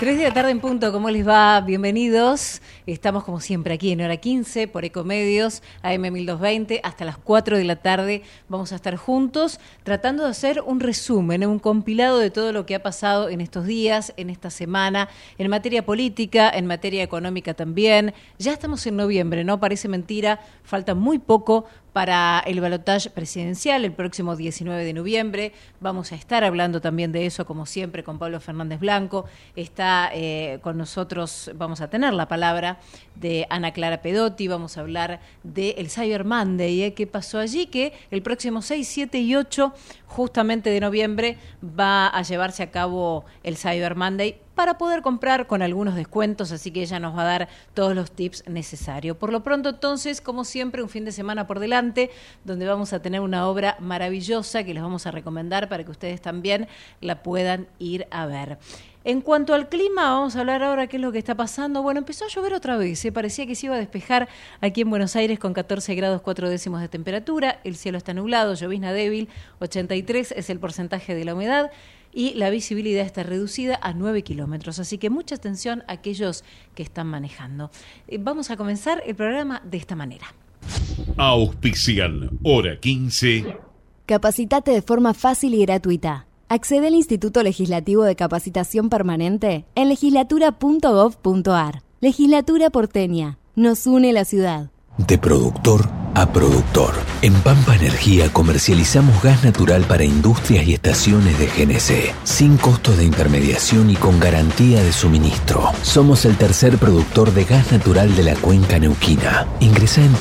3 de la tarde en punto, ¿cómo les va? Bienvenidos. Estamos como siempre aquí en Hora 15 por Ecomedios, AM 1220, hasta las 4 de la tarde vamos a estar juntos tratando de hacer un resumen, un compilado de todo lo que ha pasado en estos días, en esta semana, en materia política, en materia económica también. Ya estamos en noviembre, ¿no? Parece mentira, falta muy poco para el balotaje presidencial el próximo 19 de noviembre. Vamos a estar hablando también de eso, como siempre, con Pablo Fernández Blanco. Está con nosotros, vamos a tener la palabra de Ana Clara Pedotti, vamos a hablar del Cyber Monday, qué pasó allí, que el próximo 6, 7 y 8 justamente de noviembre va a llevarse a cabo el Cyber Monday para poder comprar con algunos descuentos, así que ella nos va a dar todos los tips necesarios. Por lo pronto, entonces, como siempre, un fin de semana por delante, donde vamos a tener una obra maravillosa que les vamos a recomendar para que ustedes también la puedan ir a ver. En cuanto al clima, vamos a hablar ahora qué es lo que está pasando. Bueno, empezó a llover otra vez, parecía que se iba a despejar aquí en Buenos Aires con 14 grados 4 décimos de temperatura, el cielo está nublado, llovizna débil, 83 es el porcentaje de la humedad, y la visibilidad está reducida a 9 kilómetros, así que mucha atención a aquellos que están manejando. Vamos a comenzar el programa de esta manera. Auspician Hora 15. Capacitate de forma fácil y gratuita. Accede al Instituto Legislativo de Capacitación Permanente en legislatura.gov.ar. Legislatura porteña. Nos une la ciudad. De productor a productor. En Pampa Energía comercializamos gas natural para industrias y estaciones de GNC, sin costos de intermediación y con garantía de suministro. Somos el tercer productor de gas natural de la cuenca neuquina. Ingresá en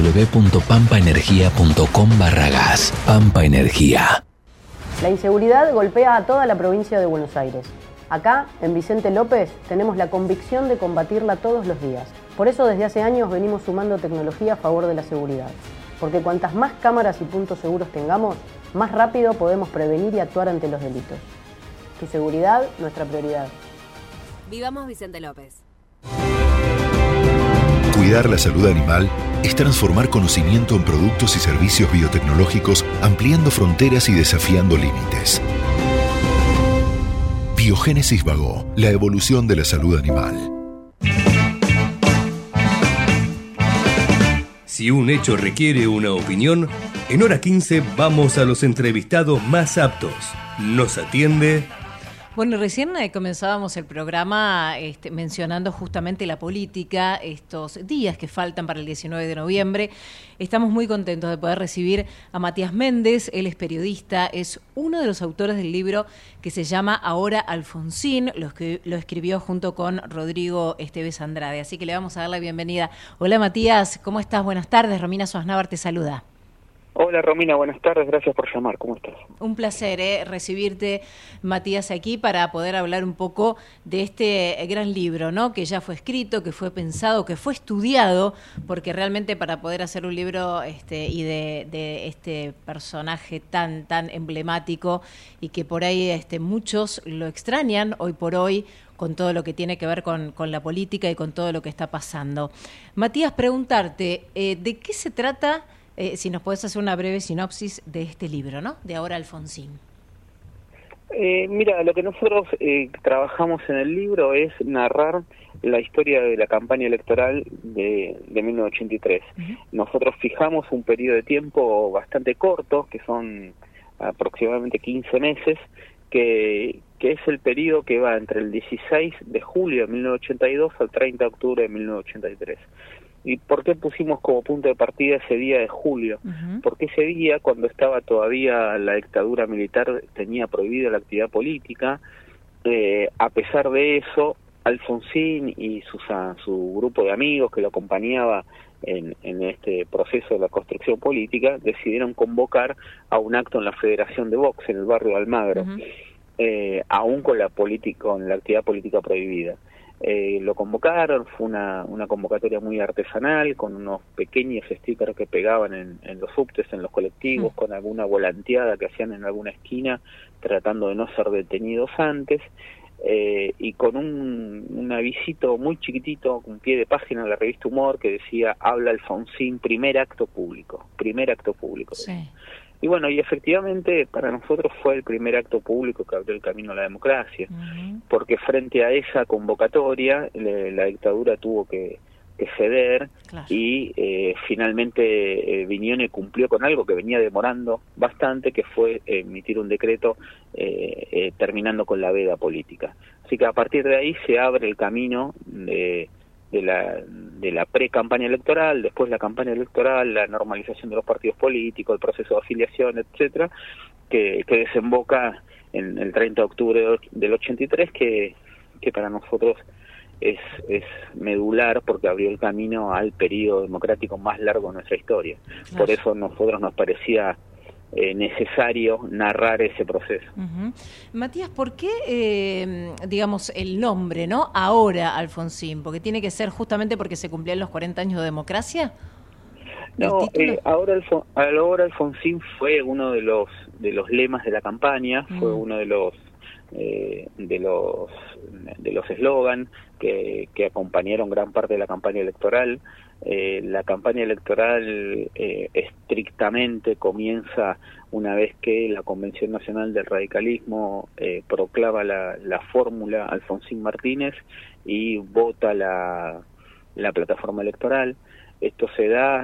www.pampaenergia.com/gas. Pampa Energía. La inseguridad golpea a toda la provincia de Buenos Aires. Acá, en Vicente López, tenemos la convicción de combatirla todos los días. Por eso desde hace años venimos sumando tecnología a favor de la seguridad. Porque cuantas más cámaras y puntos seguros tengamos, más rápido podemos prevenir y actuar ante los delitos. Tu seguridad, nuestra prioridad. Vivamos Vicente López. Cuidar la salud animal es transformar conocimiento en productos y servicios biotecnológicos, ampliando fronteras y desafiando límites. Biogénesis Vago, la evolución de la salud animal. Si un hecho requiere una opinión, en Hora 15 vamos a los entrevistados más aptos. Nos atiende... Bueno, recién comenzábamos el programa mencionando justamente la política, estos días que faltan para el 19 de noviembre. Estamos muy contentos de poder recibir a Matías Méndez, él es periodista, es uno de los autores del libro que se llama Ahora Alfonsín, lo escribió junto con Rodrigo Esteves Andrade, así que le vamos a dar la bienvenida. Hola Matías, ¿cómo estás? Buenas tardes, Romina Sosnávar te saluda. Hola Romina, buenas tardes, gracias por llamar, ¿cómo estás? Un placer recibirte, Matías, aquí para poder hablar un poco de este gran libro, ¿no? Que ya fue escrito, que fue pensado, que fue estudiado, porque realmente para poder hacer un libro y de este personaje tan emblemático y que por ahí muchos lo extrañan hoy por hoy, con todo lo que tiene que ver con la política y con todo lo que está pasando. Matías, preguntarte, ¿de qué se trata? Si nos podés hacer una breve sinopsis de este libro, ¿no? De Ahora Alfonsín. Mira, lo que nosotros trabajamos en el libro es narrar la historia de la campaña electoral de 1983. Uh-huh. Nosotros fijamos un periodo de tiempo bastante corto, que son aproximadamente 15 meses, que es el periodo que va entre el 16 de julio de 1982 al 30 de octubre de 1983. ¿Y por qué pusimos como punto de partida ese día de julio? Uh-huh. Porque ese día, cuando estaba todavía la dictadura militar, tenía prohibida la actividad política. A pesar de eso, Alfonsín y su grupo de amigos que lo acompañaba en este proceso de la construcción política, decidieron convocar a un acto en la Federación de Box, en el barrio de Almagro, uh-huh. Aún con la actividad política prohibida. Lo convocaron, fue una convocatoria muy artesanal, con unos pequeños stickers que pegaban en los subtes, en los colectivos, con alguna volanteada que hacían en alguna esquina, tratando de no ser detenidos antes, y con un avisito muy chiquitito, con pie de página en la revista Humor, que decía, habla Alfonsín, primer acto público. Sí. Y bueno, y efectivamente para nosotros fue el primer acto público que abrió el camino a la democracia, porque frente a esa convocatoria la dictadura tuvo que ceder, claro. Y finalmente Vignone cumplió con algo que venía demorando bastante, que fue emitir un decreto terminando con la veda política. Así que a partir de ahí se abre el camino de la pre-campaña electoral, después la campaña electoral, la normalización de los partidos políticos, el proceso de afiliación, etcétera, que desemboca en el 30 de octubre del 83, que para nosotros es medular porque abrió el camino al periodo democrático más largo de nuestra historia. Claro. Por eso a nosotros nos parecía necesario narrar ese proceso. Matías, ¿por qué, digamos, el nombre, ¿no? Ahora Alfonsín, porque tiene que ser justamente porque se cumplían los 40 años de democracia. No, ahora Alfonsín fue uno de los lemas de la campaña, fue uno de los eslogan que acompañaron gran parte de la campaña electoral. La campaña electoral estrictamente comienza una vez que la Convención Nacional del Radicalismo proclama la fórmula Alfonsín Martínez y vota la plataforma electoral. Esto se da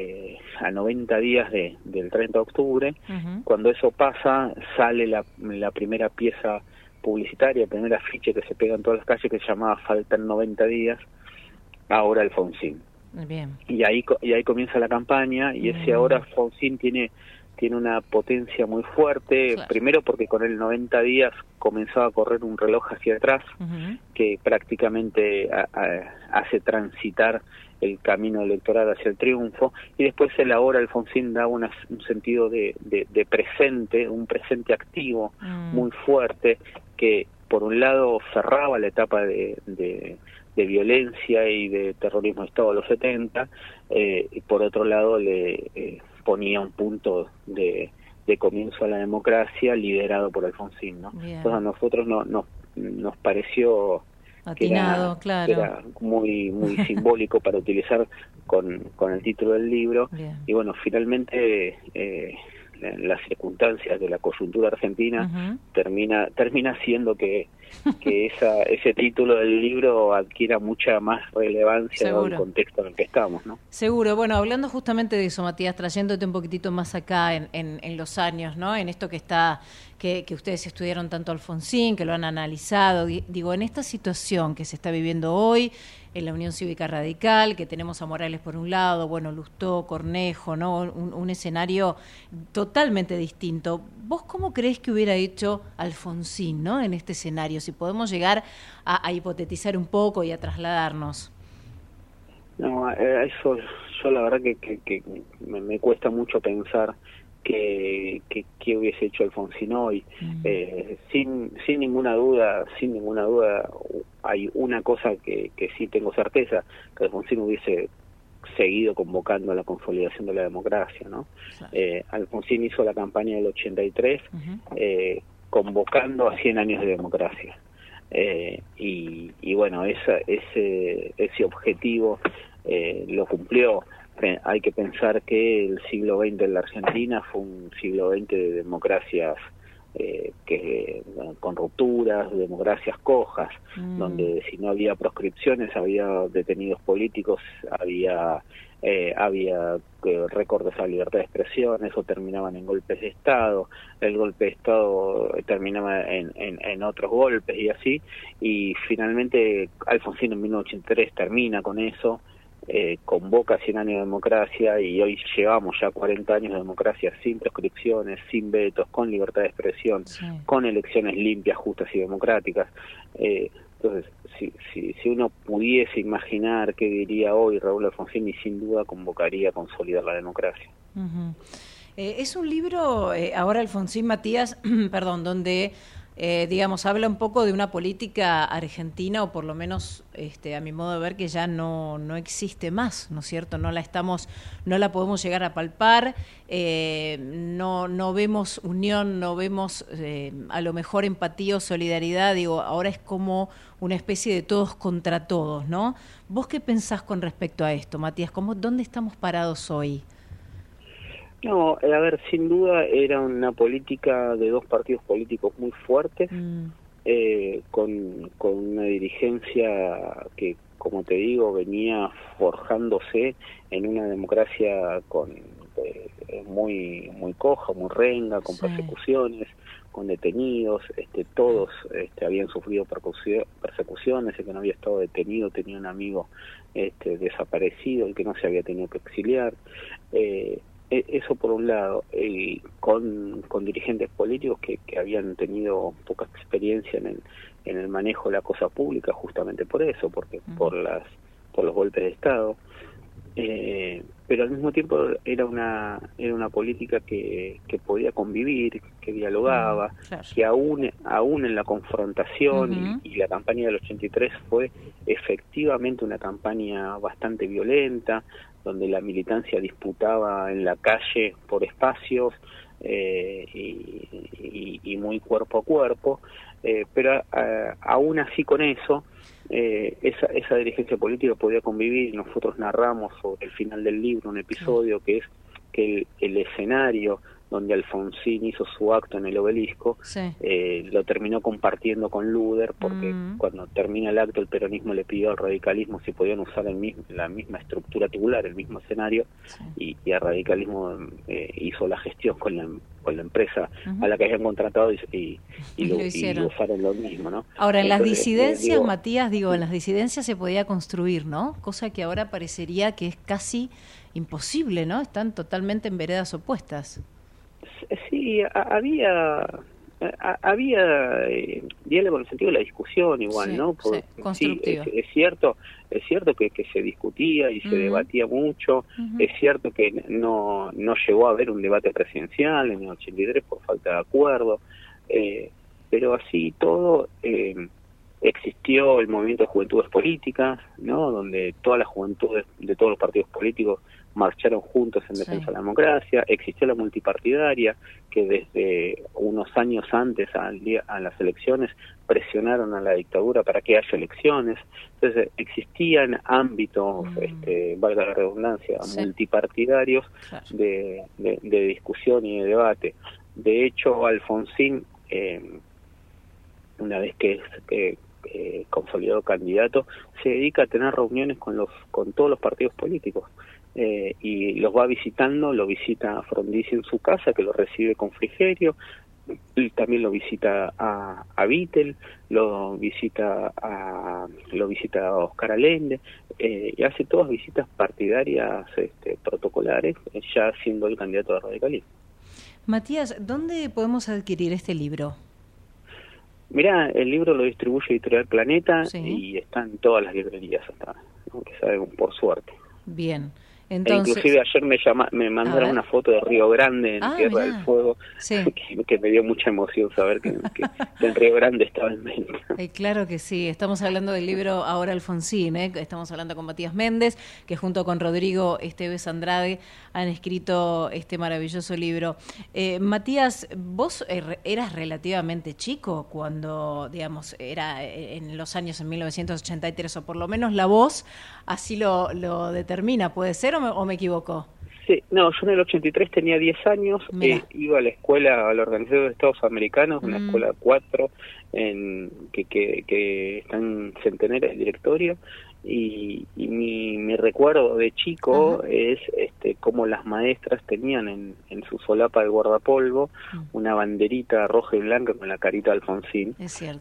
a 90 días del 30 de octubre. Cuando eso pasa, sale la primera pieza publicitaria, el primer afiche que se pega en todas las calles, que se llamaba Faltan 90 días, ahora Alfonsín. Bien. Y ahí comienza la campaña, y ese ahora Alfonsín tiene una potencia muy fuerte, claro. Primero porque con el 90 días comenzaba a correr un reloj hacia atrás, que prácticamente hace transitar el camino electoral hacia el triunfo, y después el ahora Alfonsín da un sentido de presente, un presente activo muy fuerte, que por un lado cerraba la etapa de violencia y de terrorismo de Estado de los 70, y por otro lado le ponía un punto de comienzo a la democracia liderado por Alfonsín, ¿no? Entonces a nosotros nos pareció atinado, claro. Que era muy simbólico para utilizar con el título del libro. Bien. Y bueno, finalmente las circunstancias de la coyuntura argentina termina siendo que ese título del libro adquiera mucha más relevancia en el contexto en el que estamos, ¿no? Seguro. Bueno, hablando justamente de eso, Matías, trayéndote un poquitito más acá en los años, ¿no? En esto que ustedes estudiaron tanto Alfonsín, que lo han analizado, digo, en esta situación que se está viviendo hoy, en la Unión Cívica Radical, que tenemos a Morales por un lado, bueno, Lustó, Cornejo, ¿no? Un escenario totalmente distinto. ¿Vos cómo creés que hubiera hecho Alfonsín, ¿no? En este escenario, si podemos llegar a hipotetizar un poco y a trasladarnos. No, eso yo la verdad que me cuesta mucho pensar que hubiese hecho Alfonsín hoy. Sin ninguna duda hay una cosa que sí tengo certeza, que Alfonsín hubiese seguido convocando a la consolidación de la democracia, ¿no? Claro. Alfonsín hizo la campaña del 83 convocando a 100 años de democracia. Y bueno, ese objetivo lo cumplió. Hay que pensar que el siglo XX en la Argentina fue un siglo XX de democracias con rupturas, democracias cojas, donde si no había proscripciones, había detenidos políticos, había recortes a la libertad de expresión, eso terminaban en golpes de Estado, el golpe de Estado terminaba en otros golpes y así, y finalmente Alfonsín en 1983 termina con eso, convoca 100 años de democracia, y hoy llevamos ya 40 años de democracia sin proscripciones, sin vetos, con libertad de expresión, con elecciones limpias, justas y democráticas. Entonces, si uno pudiese imaginar qué diría hoy Raúl Alfonsín, y sin duda convocaría a consolidar la democracia. Es un libro, ahora Alfonsín, Matías, perdón, donde digamos, habla un poco de una política argentina, o por lo menos a mi modo de ver, que ya no existe más, ¿no es cierto? No la podemos llegar a palpar, no vemos unión, no vemos a lo mejor empatía o solidaridad, digo, ahora es como una especie de todos contra todos, ¿no? ¿Vos qué pensás con respecto a esto, Matías? ¿Dónde estamos parados hoy? No, a ver, sin duda era una política de dos partidos políticos muy fuertes, con una dirigencia que, como te digo, venía forjándose en una democracia muy coja, muy renga, con persecuciones, con detenidos, todos habían sufrido persecuciones. El que no había estado detenido tenía un amigo desaparecido, el que no se había tenido que exiliar. Eso por un lado, con dirigentes políticos que habían tenido poca experiencia en el manejo de la cosa pública, justamente por eso, porque por los golpes de Estado, pero al mismo tiempo era una política que podía convivir, que dialogaba, claro, que aún en la confrontación, y la campaña del 83 fue efectivamente una campaña bastante violenta, donde la militancia disputaba en la calle por espacios, y muy cuerpo a cuerpo, pero aún así con eso, esa dirigencia política podía convivir. Nosotros narramos sobre el final del libro un episodio que es que el escenario donde Alfonsín hizo su acto en el Obelisco, lo terminó compartiendo con Luder, porque cuando termina el acto el peronismo le pidió al radicalismo si podían usar la misma estructura tubular, el mismo escenario, y el radicalismo hizo la gestión con la empresa a la que habían contratado y usaron lo mismo, ¿no? Ahora, en las disidencias, Matías, en las disidencias se podía construir, ¿no? Cosa que ahora parecería que es casi imposible, ¿no? Están totalmente en veredas opuestas. Sí, había diálogo en el sentido de la discusión igual, ¿no? Constructiva. Sí, es cierto que se discutía y se debatía mucho, es cierto que no llegó a haber un debate presidencial en el 83 por falta de acuerdo, pero así todo existió el movimiento de juventudes políticas, ¿no? Donde todas las juventudes de todos los partidos políticos marcharon juntos en defensa de la democracia. Existió la multipartidaria, que desde unos años antes a las elecciones presionaron a la dictadura para que haya elecciones. Entonces existían ámbitos, valga la redundancia, multipartidarios de discusión y de debate. De hecho, Alfonsín, una vez que consolidado candidato, se dedica a tener reuniones con todos los partidos políticos, y los va visitando. Lo visita a Frondizi en su casa, que lo recibe con refrigerio, y también lo visita a Vittel, lo visita a Oscar Allende, y hace todas visitas partidarias protocolares, ya siendo el candidato de radicalismo. Matías, ¿dónde podemos adquirir este libro? Mirá, el libro lo distribuye Editorial Planeta, y está en todas las librerías hasta, ¿no? Que sabe, por suerte. Bien. Entonces, inclusive ayer me mandaron una foto de Río Grande en Tierra del Fuego, que me dio mucha emoción saber que el Río Grande estaba en venta. Claro que sí, estamos hablando del libro Ahora Alfonsín, estamos hablando con Matías Méndez, que junto con Rodrigo Esteves Andrade han escrito este maravilloso libro. Matías, vos eras relativamente chico cuando, digamos, era en los años en 1983, o por lo menos la voz así lo determina, ¿puede ser o me equivoco? Sí, no, yo en el 83 tenía 10 años, iba a la escuela, a la Organización de Estados Americanos, una escuela 4 que está en Centenaria del Directorio, y mi recuerdo de chico es cómo las maestras tenían en su solapa de guardapolvo una banderita roja y blanca con la carita de Alfonsín. Es cierto.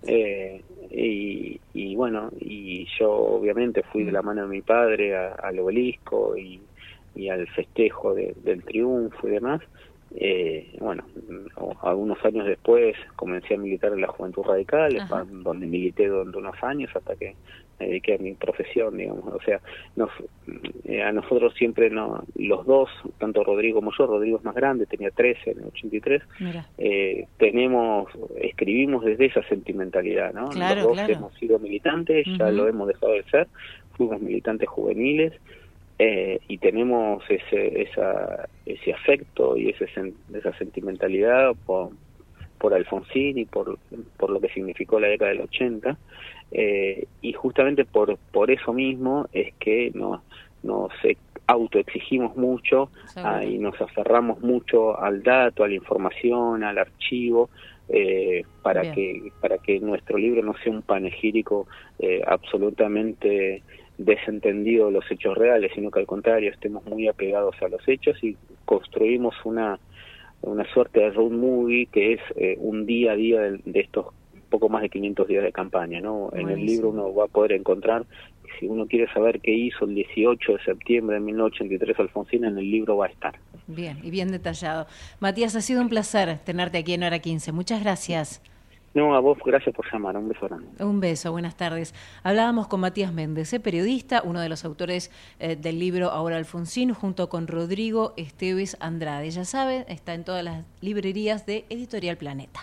Y bueno, y yo obviamente fui de la mano de mi padre al Obelisco y al festejo del triunfo y demás. Bueno, algunos años después comencé a militar en la Juventud Radical, donde milité durante unos años hasta que me dediqué a mi profesión, digamos. O sea, a nosotros siempre, los dos, tanto Rodrigo como yo, Rodrigo es más grande, tenía 13 en el 83, escribimos desde esa sentimentalidad, ¿no? Claro, los dos hemos sido militantes, ya lo hemos dejado de ser, fuimos militantes juveniles, y tenemos ese afecto y esa sentimentalidad por Alfonsín y por lo que significó la década del 80, y justamente por eso mismo es que nos autoexigimos mucho y nos aferramos mucho al dato, a la información, al archivo, para que nuestro libro no sea un panegírico absolutamente desentendido de los hechos reales, sino que al contrario estemos muy apegados a los hechos y construimos una suerte de road movie que es un día a día de estos poco más de 500 días de campaña, ¿no? En el libro uno va a poder encontrar, si uno quiere saber qué hizo el 18 de septiembre de 1983 Alfonsina, en el libro va a estar. Bien, y bien detallado. Matías, ha sido un placer tenerte aquí en Hora 15. Muchas gracias. No, a vos, gracias por llamar. Un beso grande. Un beso, buenas tardes. Hablábamos con Matías Méndez, periodista, uno de los autores del libro Ahora Alfonsín, junto con Rodrigo Esteves Andrade. Ya saben, está en todas las librerías de Editorial Planeta.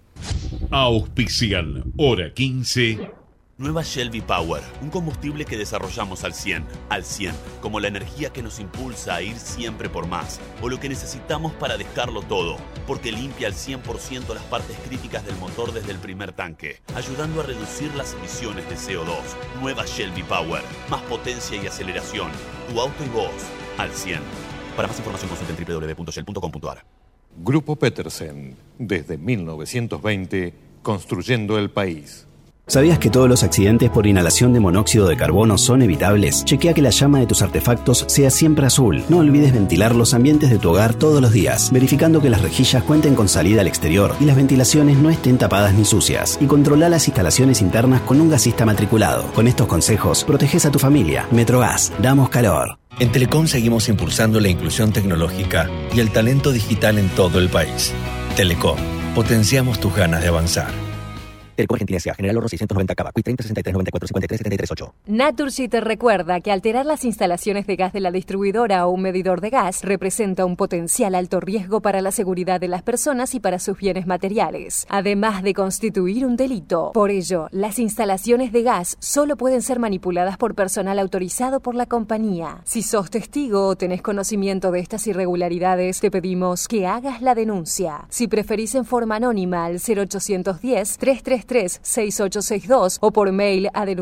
Auspician Hora 15. Nueva Shell V-Power, un combustible que desarrollamos al 100, como la energía que nos impulsa a ir siempre por más, o lo que necesitamos para dejarlo todo, porque limpia al 100% las partes críticas del motor desde el primer tanque, ayudando a reducir las emisiones de CO2. Nueva Shell V-Power, más potencia y aceleración, tu auto y vos, al 100. Para más información consulta en www.shell.com.ar. Grupo Petersen, desde 1920, construyendo el país. ¿Sabías que todos los accidentes por inhalación de monóxido de carbono son evitables? Chequea que la llama de tus artefactos sea siempre azul. No olvides ventilar los ambientes de tu hogar todos los días, verificando que las rejillas cuenten con salida al exterior y las ventilaciones no estén tapadas ni sucias. Y controla las instalaciones internas con un gasista matriculado. Con estos consejos, proteges a tu familia. Metrogas, damos calor. En Telecom seguimos impulsando la inclusión tecnológica y el talento digital en todo el país. Telecom, potenciamos tus ganas de avanzar. Telecom Argentina S.A. General Oro 690 Cava. Quick 30 63 94 53 73 8. Naturgy te recuerda que alterar las instalaciones de gas de la distribuidora o un medidor de gas representa un potencial alto riesgo para la seguridad de las personas y para sus bienes materiales, además de constituir un delito. Por ello, las instalaciones de gas solo pueden ser manipuladas por personal autorizado por la compañía. Si sos testigo o tenés conocimiento de estas irregularidades, te pedimos que hagas la denuncia. Si preferís en forma anónima al 0810 333 6862 o por mail a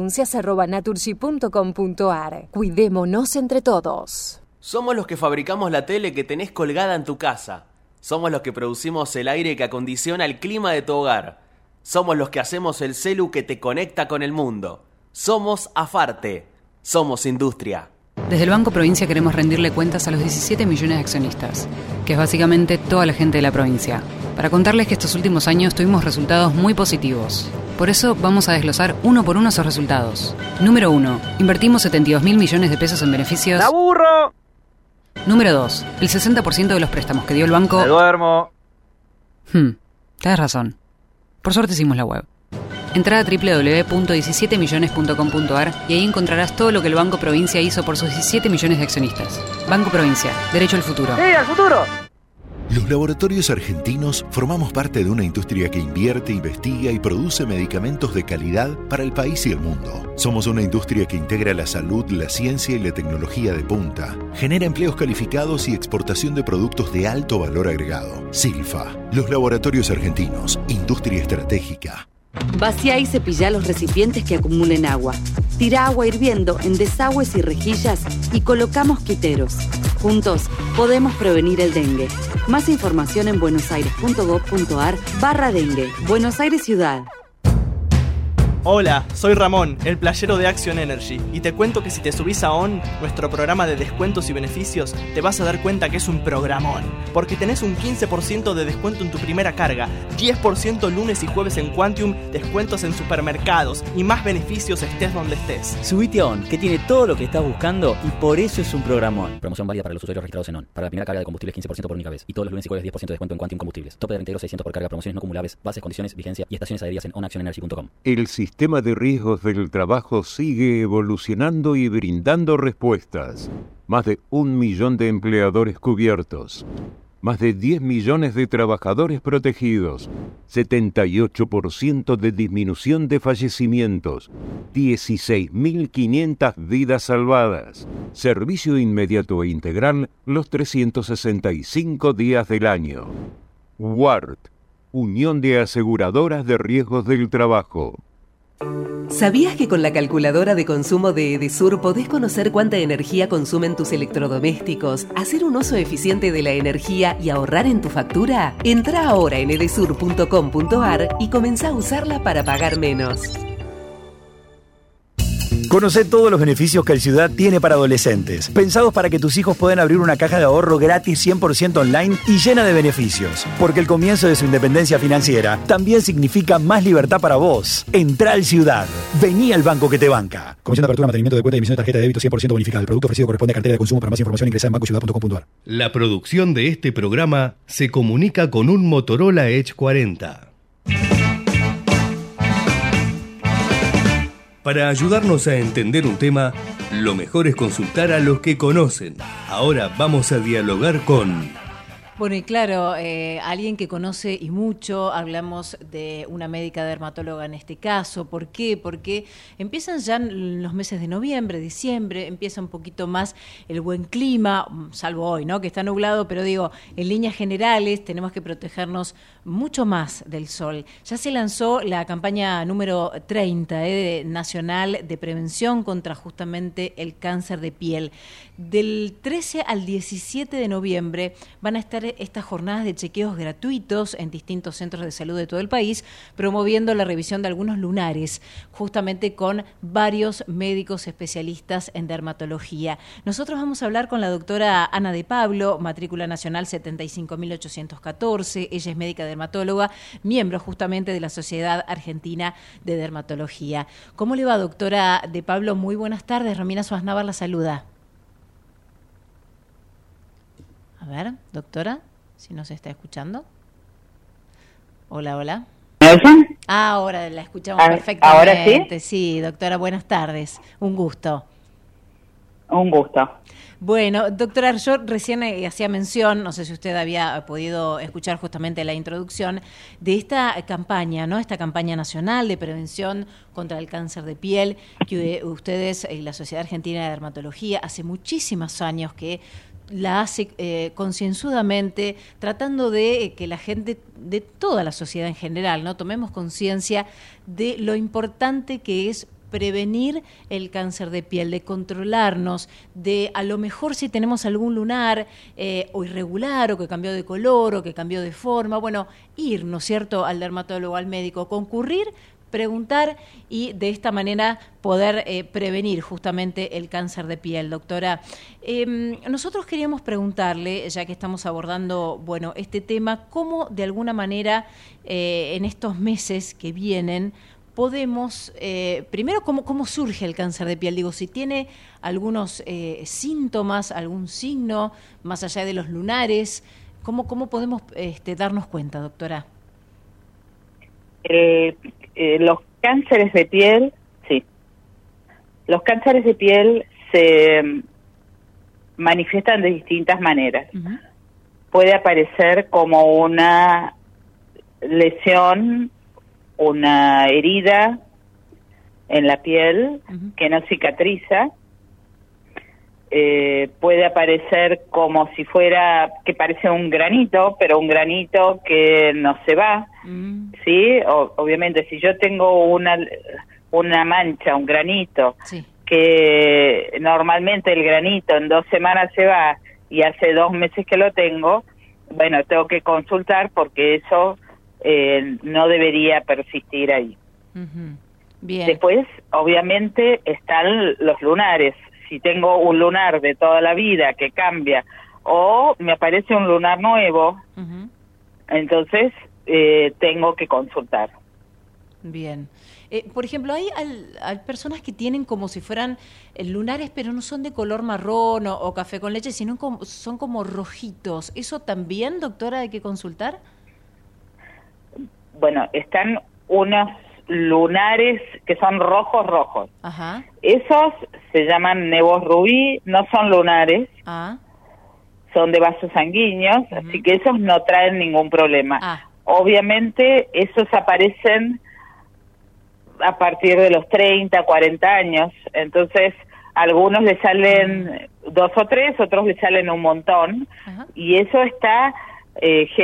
denuncias@naturgy.com.ar. Cuidémonos entre todos. Somos los que fabricamos la tele que tenés colgada en tu casa. Somos los que producimos el aire que acondiciona el clima de tu hogar. Somos los que hacemos el celu que te conecta con el mundo. Somos Afarte. Somos industria. Desde el Banco Provincia queremos rendirle cuentas a los 17 millones de accionistas, que es básicamente toda la gente de la provincia, para contarles que estos últimos años tuvimos resultados muy positivos. Por eso vamos a desglosar uno por uno esos resultados. Número 1. Invertimos 72.000 millones de pesos en beneficios. ¡La burro! Número 2. El 60% de los préstamos que dio el banco... ¡Me duermo! Tienes razón. Por suerte hicimos la web. Entrá a www.17millones.com.ar y ahí encontrarás todo lo que el Banco Provincia hizo por sus 17 millones de accionistas. Banco Provincia, derecho al futuro. ¡Sí, al futuro! Los laboratorios argentinos formamos parte de una industria que invierte, investiga y produce medicamentos de calidad para el país y el mundo. Somos una industria que integra la salud, la ciencia y la tecnología de punta. Genera empleos calificados y exportación de productos de alto valor agregado. Silfa, los laboratorios argentinos, industria estratégica. Vacía y cepilla los recipientes que acumulen agua. Tira agua hirviendo en desagües y rejillas y coloca mosquiteros. Juntos podemos prevenir el dengue. Más información en buenosaires.gov.ar/dengue. Buenos Aires Ciudad. Hola, soy Ramón, el playero de Action Energy, y te cuento que si te subís a ON, nuestro programa de descuentos y beneficios, te vas a dar cuenta que es un programón, porque tenés un 15% de descuento en tu primera carga, 10% lunes y jueves en Quantium, descuentos en supermercados y más beneficios estés donde estés. Subite a ON, que tiene todo lo que estás buscando y por eso es un programón. Promoción válida para los usuarios registrados en ON. Para la primera carga de combustibles 15% por única vez, y todos los lunes y jueves 10% de descuento en Quantium Combustibles. Tope de reintegro 600 por carga, promociones no acumulables, bases, condiciones, vigencia y estaciones adheridas en onactionenergy.com. El sistema de riesgos del trabajo sigue evolucionando y brindando respuestas. Más de 1 millón de empleadores cubiertos. Más de 10 millones de trabajadores protegidos. 78% de disminución de fallecimientos. 16.500 vidas salvadas. Servicio inmediato e integral los 365 días del año. WART, Unión de Aseguradoras de Riesgos del Trabajo. ¿Sabías que con la calculadora de consumo de Edesur podés conocer cuánta energía consumen tus electrodomésticos, hacer un uso eficiente de la energía y ahorrar en tu factura? Entrá ahora en edesur.com.ar y comenzá a usarla para pagar menos. Conocé todos los beneficios que el Ciudad tiene para adolescentes, pensados para que tus hijos puedan abrir una caja de ahorro gratis 100% online y llena de beneficios, porque el comienzo de su independencia financiera también significa más libertad para vos. Entrá al Ciudad, vení al banco que te banca. Comisión de apertura, mantenimiento de cuenta y emisión de tarjeta de débito 100% bonificada. El producto ofrecido corresponde a cartera de consumo. Para más información ingresa en bancociudad.com.ar. La producción de este programa se comunica con un Motorola Edge 40. Para ayudarnos a entender un tema, lo mejor es consultar a los que conocen. Ahora vamos a dialogar con... Bueno, y claro, alguien que conoce y mucho, hablamos de una médica dermatóloga en este caso. ¿Por qué? Porque empiezan ya los meses de noviembre, diciembre, empieza un poquito más el buen clima, salvo hoy, ¿no? Que está nublado, pero digo, en líneas generales tenemos que protegernos mucho más del sol. Ya se lanzó la campaña número 30 nacional de prevención contra justamente el cáncer de piel. Del 13 al 17 de noviembre van a estar estas jornadas de chequeos gratuitos en distintos centros de salud de todo el país, promoviendo la revisión de algunos lunares, justamente con varios médicos especialistas en dermatología. Nosotros vamos a hablar con la doctora Ana de Pablo, matrícula nacional 75.814. Ella es médica dermatóloga, miembro justamente de la Sociedad Argentina de Dermatología. ¿Cómo le va, doctora de Pablo? Muy buenas tardes. Romina Suaznavar la saluda. A ver, doctora, si nos está escuchando. Hola, hola. ¿Me oyen? Ahora la escuchamos perfectamente. ¿Ahora sí? Sí, doctora, buenas tardes. Un gusto. Un gusto. Bueno, doctora, yo recién hacía mención, no sé si usted había podido escuchar justamente la introducción, de esta campaña, ¿no? Esta campaña nacional de prevención contra el cáncer de piel, que ustedes, la Sociedad Argentina de Dermatología, hace muchísimos años que la hace concienzudamente, tratando de que la gente de toda la sociedad en general, ¿no? Tomemos conciencia de lo importante que es prevenir el cáncer de piel, de controlarnos, de a lo mejor si tenemos algún lunar o irregular, o que cambió de color, o que cambió de forma, bueno, ir, ¿no es cierto?, al dermatólogo, al médico, concurrir, preguntar y de esta manera poder prevenir justamente el cáncer de piel. Doctora, nosotros queríamos preguntarle, ya que estamos abordando bueno este tema, cómo de alguna manera en estos meses que vienen podemos, primero, ¿cómo surge el cáncer de piel? Digo, si tiene algunos síntomas, algún signo, más allá de los lunares, ¿cómo podemos darnos cuenta, doctora? Los cánceres de piel, sí. Los cánceres de piel se manifiestan de distintas maneras. Uh-huh. Puede aparecer como una lesión, una herida en la piel uh-huh. que no cicatriza. Puede aparecer como si fuera, que parece un granito, pero un granito que no se va, ¿sí? Obviamente, si yo tengo una mancha, un granito, sí. que normalmente el granito en 2 semanas se va y hace 2 meses que lo tengo, bueno, tengo que consultar porque eso no debería persistir ahí. Uh-huh. Bien. Después, obviamente, están los lunares. Si tengo un lunar de toda la vida que cambia o me aparece un lunar nuevo, uh-huh. entonces tengo que consultar. Bien. Por ejemplo, hay personas que tienen como si fueran lunares, pero no son de color marrón o café con leche, sino son como rojitos. ¿Eso también, doctora, hay que consultar? Bueno, están unos lunares que son rojos. Ajá. Esos se llaman nevos rubí, no son lunares, son de vasos sanguíneos, uh-huh. así que esos no traen ningún problema. Obviamente esos aparecen a partir de los 30, 40 años, entonces a algunos le salen 2 o 3, otros le salen un montón, uh-huh. y eso está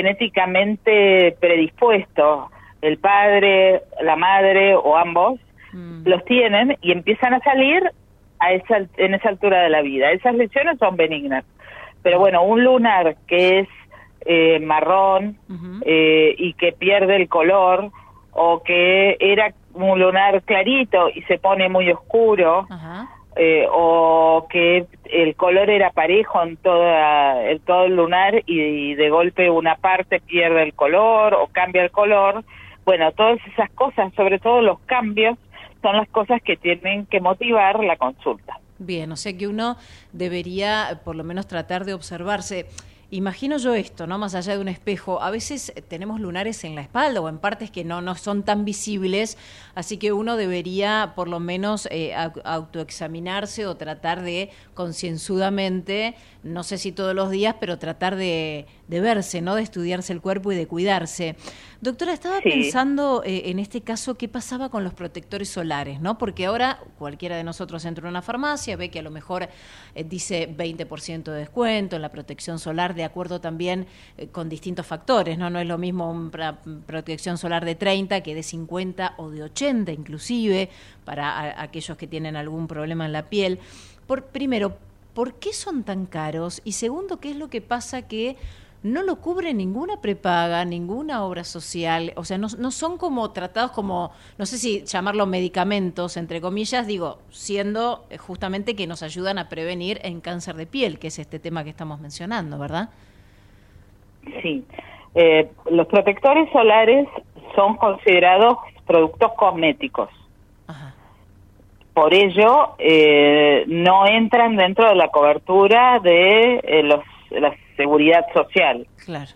genéticamente predispuesto. El padre, la madre o ambos los tienen y empiezan a salir en esa altura de la vida. Esas lesiones son benignas. Pero bueno, un lunar que es marrón y que pierde el color, o que era un lunar clarito y se pone muy oscuro, o que el color era parejo en todo el lunar y de golpe una parte pierde el color o cambia el color. Bueno, todas esas cosas, sobre todo los cambios, son las cosas que tienen que motivar la consulta. Bien, o sea que uno debería por lo menos tratar de observarse. Imagino yo esto, ¿no? Más allá de un espejo, a veces tenemos lunares en la espalda o en partes que no son tan visibles, así que uno debería por lo menos autoexaminarse o tratar de concienzudamente, no sé si todos los días, pero tratar de verse, ¿no? De estudiarse el cuerpo y de cuidarse. Doctora, estaba pensando en este caso qué pasaba con los protectores solares, ¿no? Porque ahora cualquiera de nosotros entra a una farmacia, ve que a lo mejor dice 20% de descuento en la protección solar, de acuerdo también con distintos factores, ¿no? No es lo mismo una protección solar de 30 que de 50 o de 80 inclusive, para aquellos que tienen algún problema en la piel. Primero, ¿por qué son tan caros? Y segundo, ¿qué es lo que pasa que no lo cubre ninguna prepaga, ninguna obra social? O sea, no son como tratados como, no sé si llamarlo medicamentos, entre comillas, digo, siendo justamente que nos ayudan a prevenir en cáncer de piel, que es este tema que estamos mencionando, ¿verdad? Sí. Los protectores solares son considerados productos cosméticos. Por ello, no entran dentro de la cobertura de la seguridad social. Claro.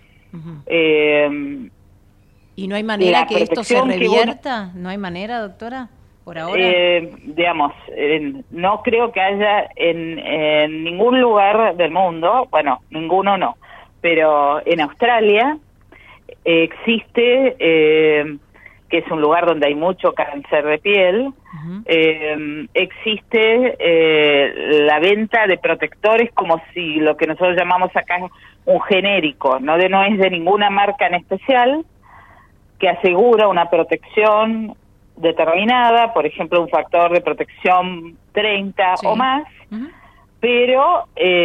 ¿Y no hay manera que esto se revierta? ¿No hay manera, doctora, por ahora? Digamos, no creo que haya en ningún lugar del mundo, bueno, ninguno no, pero en Australia existe, que es un lugar donde hay mucho cáncer de piel, existe la venta de protectores como si lo que nosotros llamamos acá un genérico, no es de ninguna marca en especial, que asegura una protección determinada, por ejemplo un factor de protección 30 o más, pero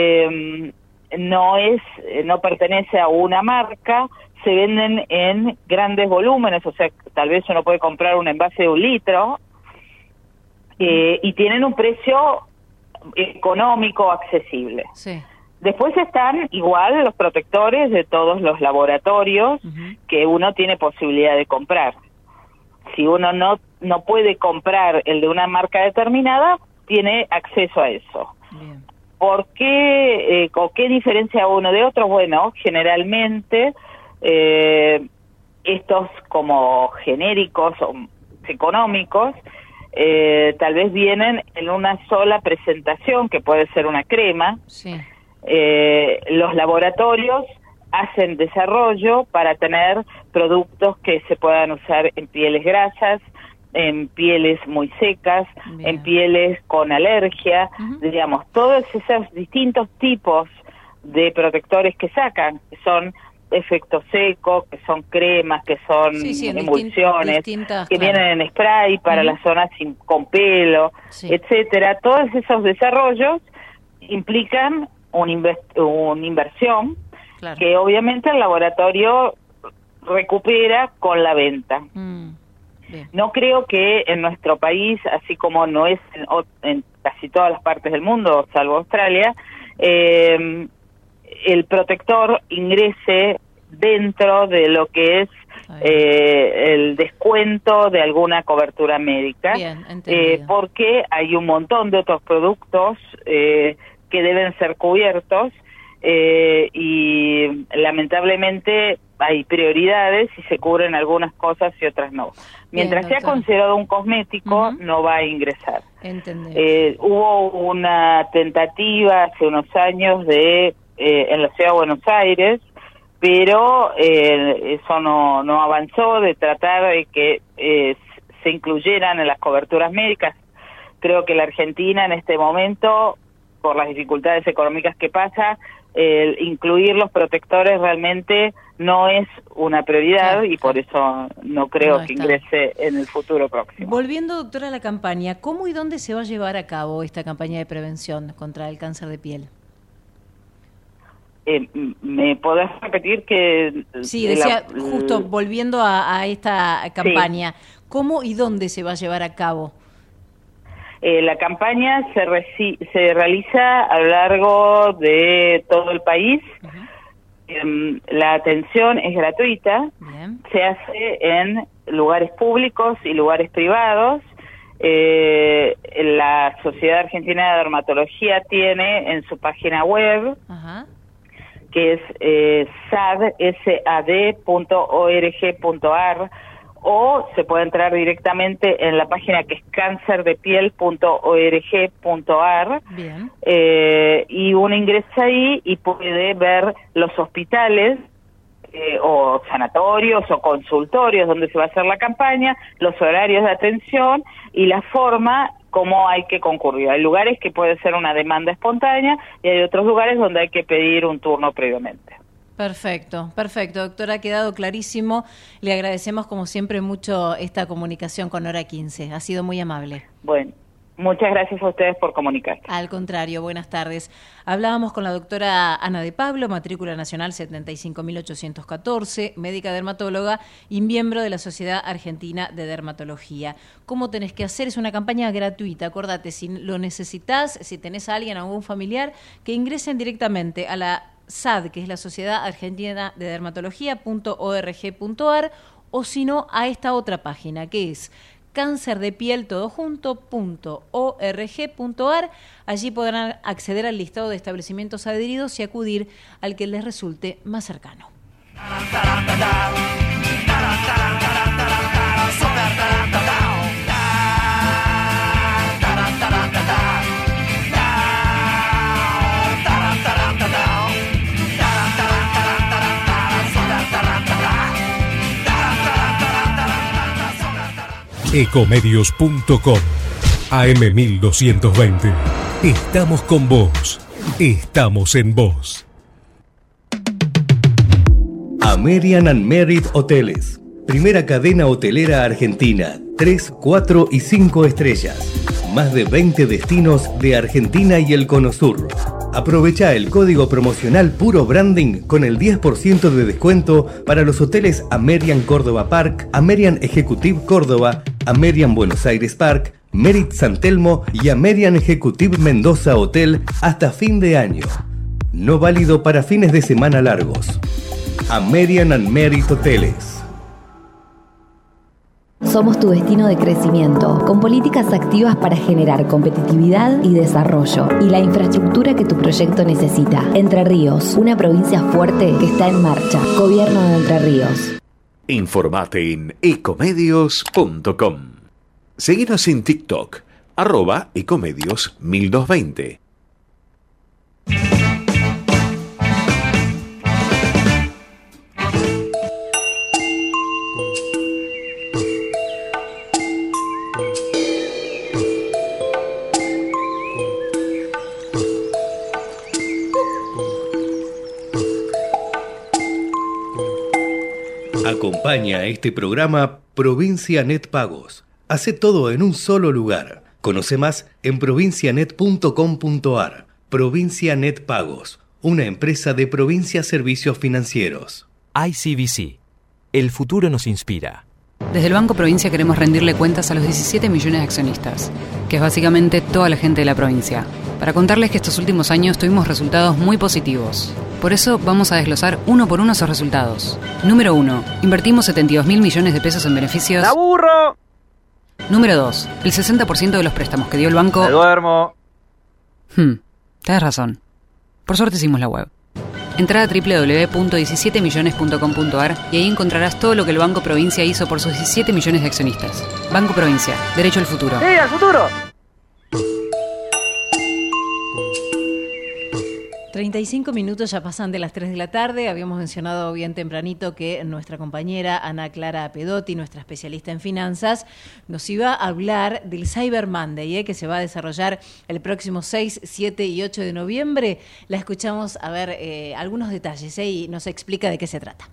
no pertenece a una marca. Se venden en grandes volúmenes, o sea, tal vez uno puede comprar un envase de 1 litro y tienen un precio económico accesible. Sí. Después están igual los protectores de todos los laboratorios que uno tiene posibilidad de comprar. Si uno no puede comprar el de una marca determinada, tiene acceso a eso. Bien. ¿Por qué? ¿O qué diferencia uno de otro? Bueno, generalmente estos como genéricos o económicos tal vez vienen en una sola presentación, que puede ser una crema. Sí. Los laboratorios hacen desarrollo para tener productos que se puedan usar en pieles grasas, en pieles muy secas, en pieles con alergia, digamos, todos esos distintos tipos de protectores que sacan, que son efecto seco, que son cremas, que son emulsiones, que vienen en spray para las zonas con pelo, etcétera. Todos esos desarrollos implican una inversión que obviamente el laboratorio recupera con la venta. No creo que en nuestro país, así como no es en casi todas las partes del mundo, salvo Australia, el protector ingrese dentro de lo que es el descuento de alguna cobertura médica. Bien, porque hay un montón de otros productos que deben ser cubiertos y lamentablemente hay prioridades y se cubren algunas cosas y otras no. Mientras sea considerado un cosmético, no va a ingresar. Hubo una tentativa hace unos años en la ciudad de Buenos Aires, pero eso no avanzó, de tratar de que se incluyeran en las coberturas médicas. Creo que la Argentina en este momento, por las dificultades económicas que pasa, incluir los protectores realmente no es una prioridad y por eso no creo que ingrese en el futuro próximo. Volviendo, doctora, a la campaña, ¿cómo y dónde se va a llevar a cabo esta campaña de prevención contra el cáncer de piel? ¿Me podés repetir que...? Sí, decía, justo volviendo a esta campaña, ¿cómo y dónde se va a llevar a cabo? La campaña se realiza a lo largo de todo el país. La atención es gratuita. Bien. Se hace en lugares públicos y lugares privados. La Sociedad Argentina de Dermatología tiene en su página web, que es sad.org.ar, o se puede entrar directamente en la página que es cancerdepiel.org.ar, y uno ingresa ahí y puede ver los hospitales o sanatorios o consultorios donde se va a hacer la campaña, los horarios de atención y la forma cómo hay que concurrir. Hay lugares que puede ser una demanda espontánea y hay otros lugares donde hay que pedir un turno previamente. Perfecto, doctora, ha quedado clarísimo. Le agradecemos como siempre mucho esta comunicación con Hora 15. Ha sido muy amable. Bueno, muchas gracias a ustedes por comunicar. Al contrario, buenas tardes. Hablábamos con la doctora Ana de Pablo, matrícula nacional 75.814, médica dermatóloga y miembro de la Sociedad Argentina de Dermatología. ¿Cómo tenés que hacer? Es una campaña gratuita. Acordate, si lo necesitas, si tenés a alguien, a algún familiar, que ingresen directamente a la SAD, que es la Sociedad Argentina de Dermatología.org.ar, o si no, a esta otra página, que es cancerdepieltodojunto.org.ar. Allí podrán acceder al listado de establecimientos adheridos y acudir al que les resulte más cercano. Ecomedios.com AM1220. Estamos con vos. Estamos en vos. American and Merit Hoteles. Primera cadena hotelera argentina. 3, 4 y 5 estrellas. Más de 20 destinos de Argentina y el Cono Sur. Aprovecha el código promocional Puro Branding con el 10% de descuento para los hoteles American Córdoba Park, American Executive Córdoba, American Buenos Aires Park, Merit San Telmo y American Executive Mendoza Hotel hasta fin de año. No válido para fines de semana largos. American and Merit Hoteles. Somos tu destino de crecimiento, con políticas activas para generar competitividad y desarrollo, y la infraestructura que tu proyecto necesita. Entre Ríos, una provincia fuerte que está en marcha. Gobierno de Entre Ríos. Informate en ecomedios.com. Seguinos en TikTok, @ecomedios1220. Acompaña a este programa Provincia Net Pagos. Hace todo en un solo lugar. Conoce más en provincianet.com.ar. Provincia Net Pagos, una empresa de Provincia Servicios Financieros. ICBC. El futuro nos inspira. Desde el Banco Provincia queremos rendirle cuentas a los 17 millones de accionistas, que es básicamente toda la gente de la provincia, para contarles que estos últimos años tuvimos resultados muy positivos. Por eso vamos a desglosar uno por uno esos resultados. Número 1. Invertimos 72.000 millones de pesos en beneficios. ¡La burro! Número 2. El 60% de los préstamos que dio el banco... ¡Me duermo! Tenés razón. Por suerte hicimos la web. Entrá a www.17millones.com.ar y ahí encontrarás todo lo que el Banco Provincia hizo por sus 17 millones de accionistas. Banco Provincia. Derecho al futuro. ¡Sí, al futuro! 35 minutos ya pasan de las 3 de la tarde. Habíamos mencionado bien tempranito que nuestra compañera Ana Clara Pedotti, nuestra especialista en finanzas, nos iba a hablar del Cyber Monday, que se va a desarrollar el próximo 6, 7 y 8 de noviembre. La escuchamos a ver algunos detalles y nos explica de qué se trata.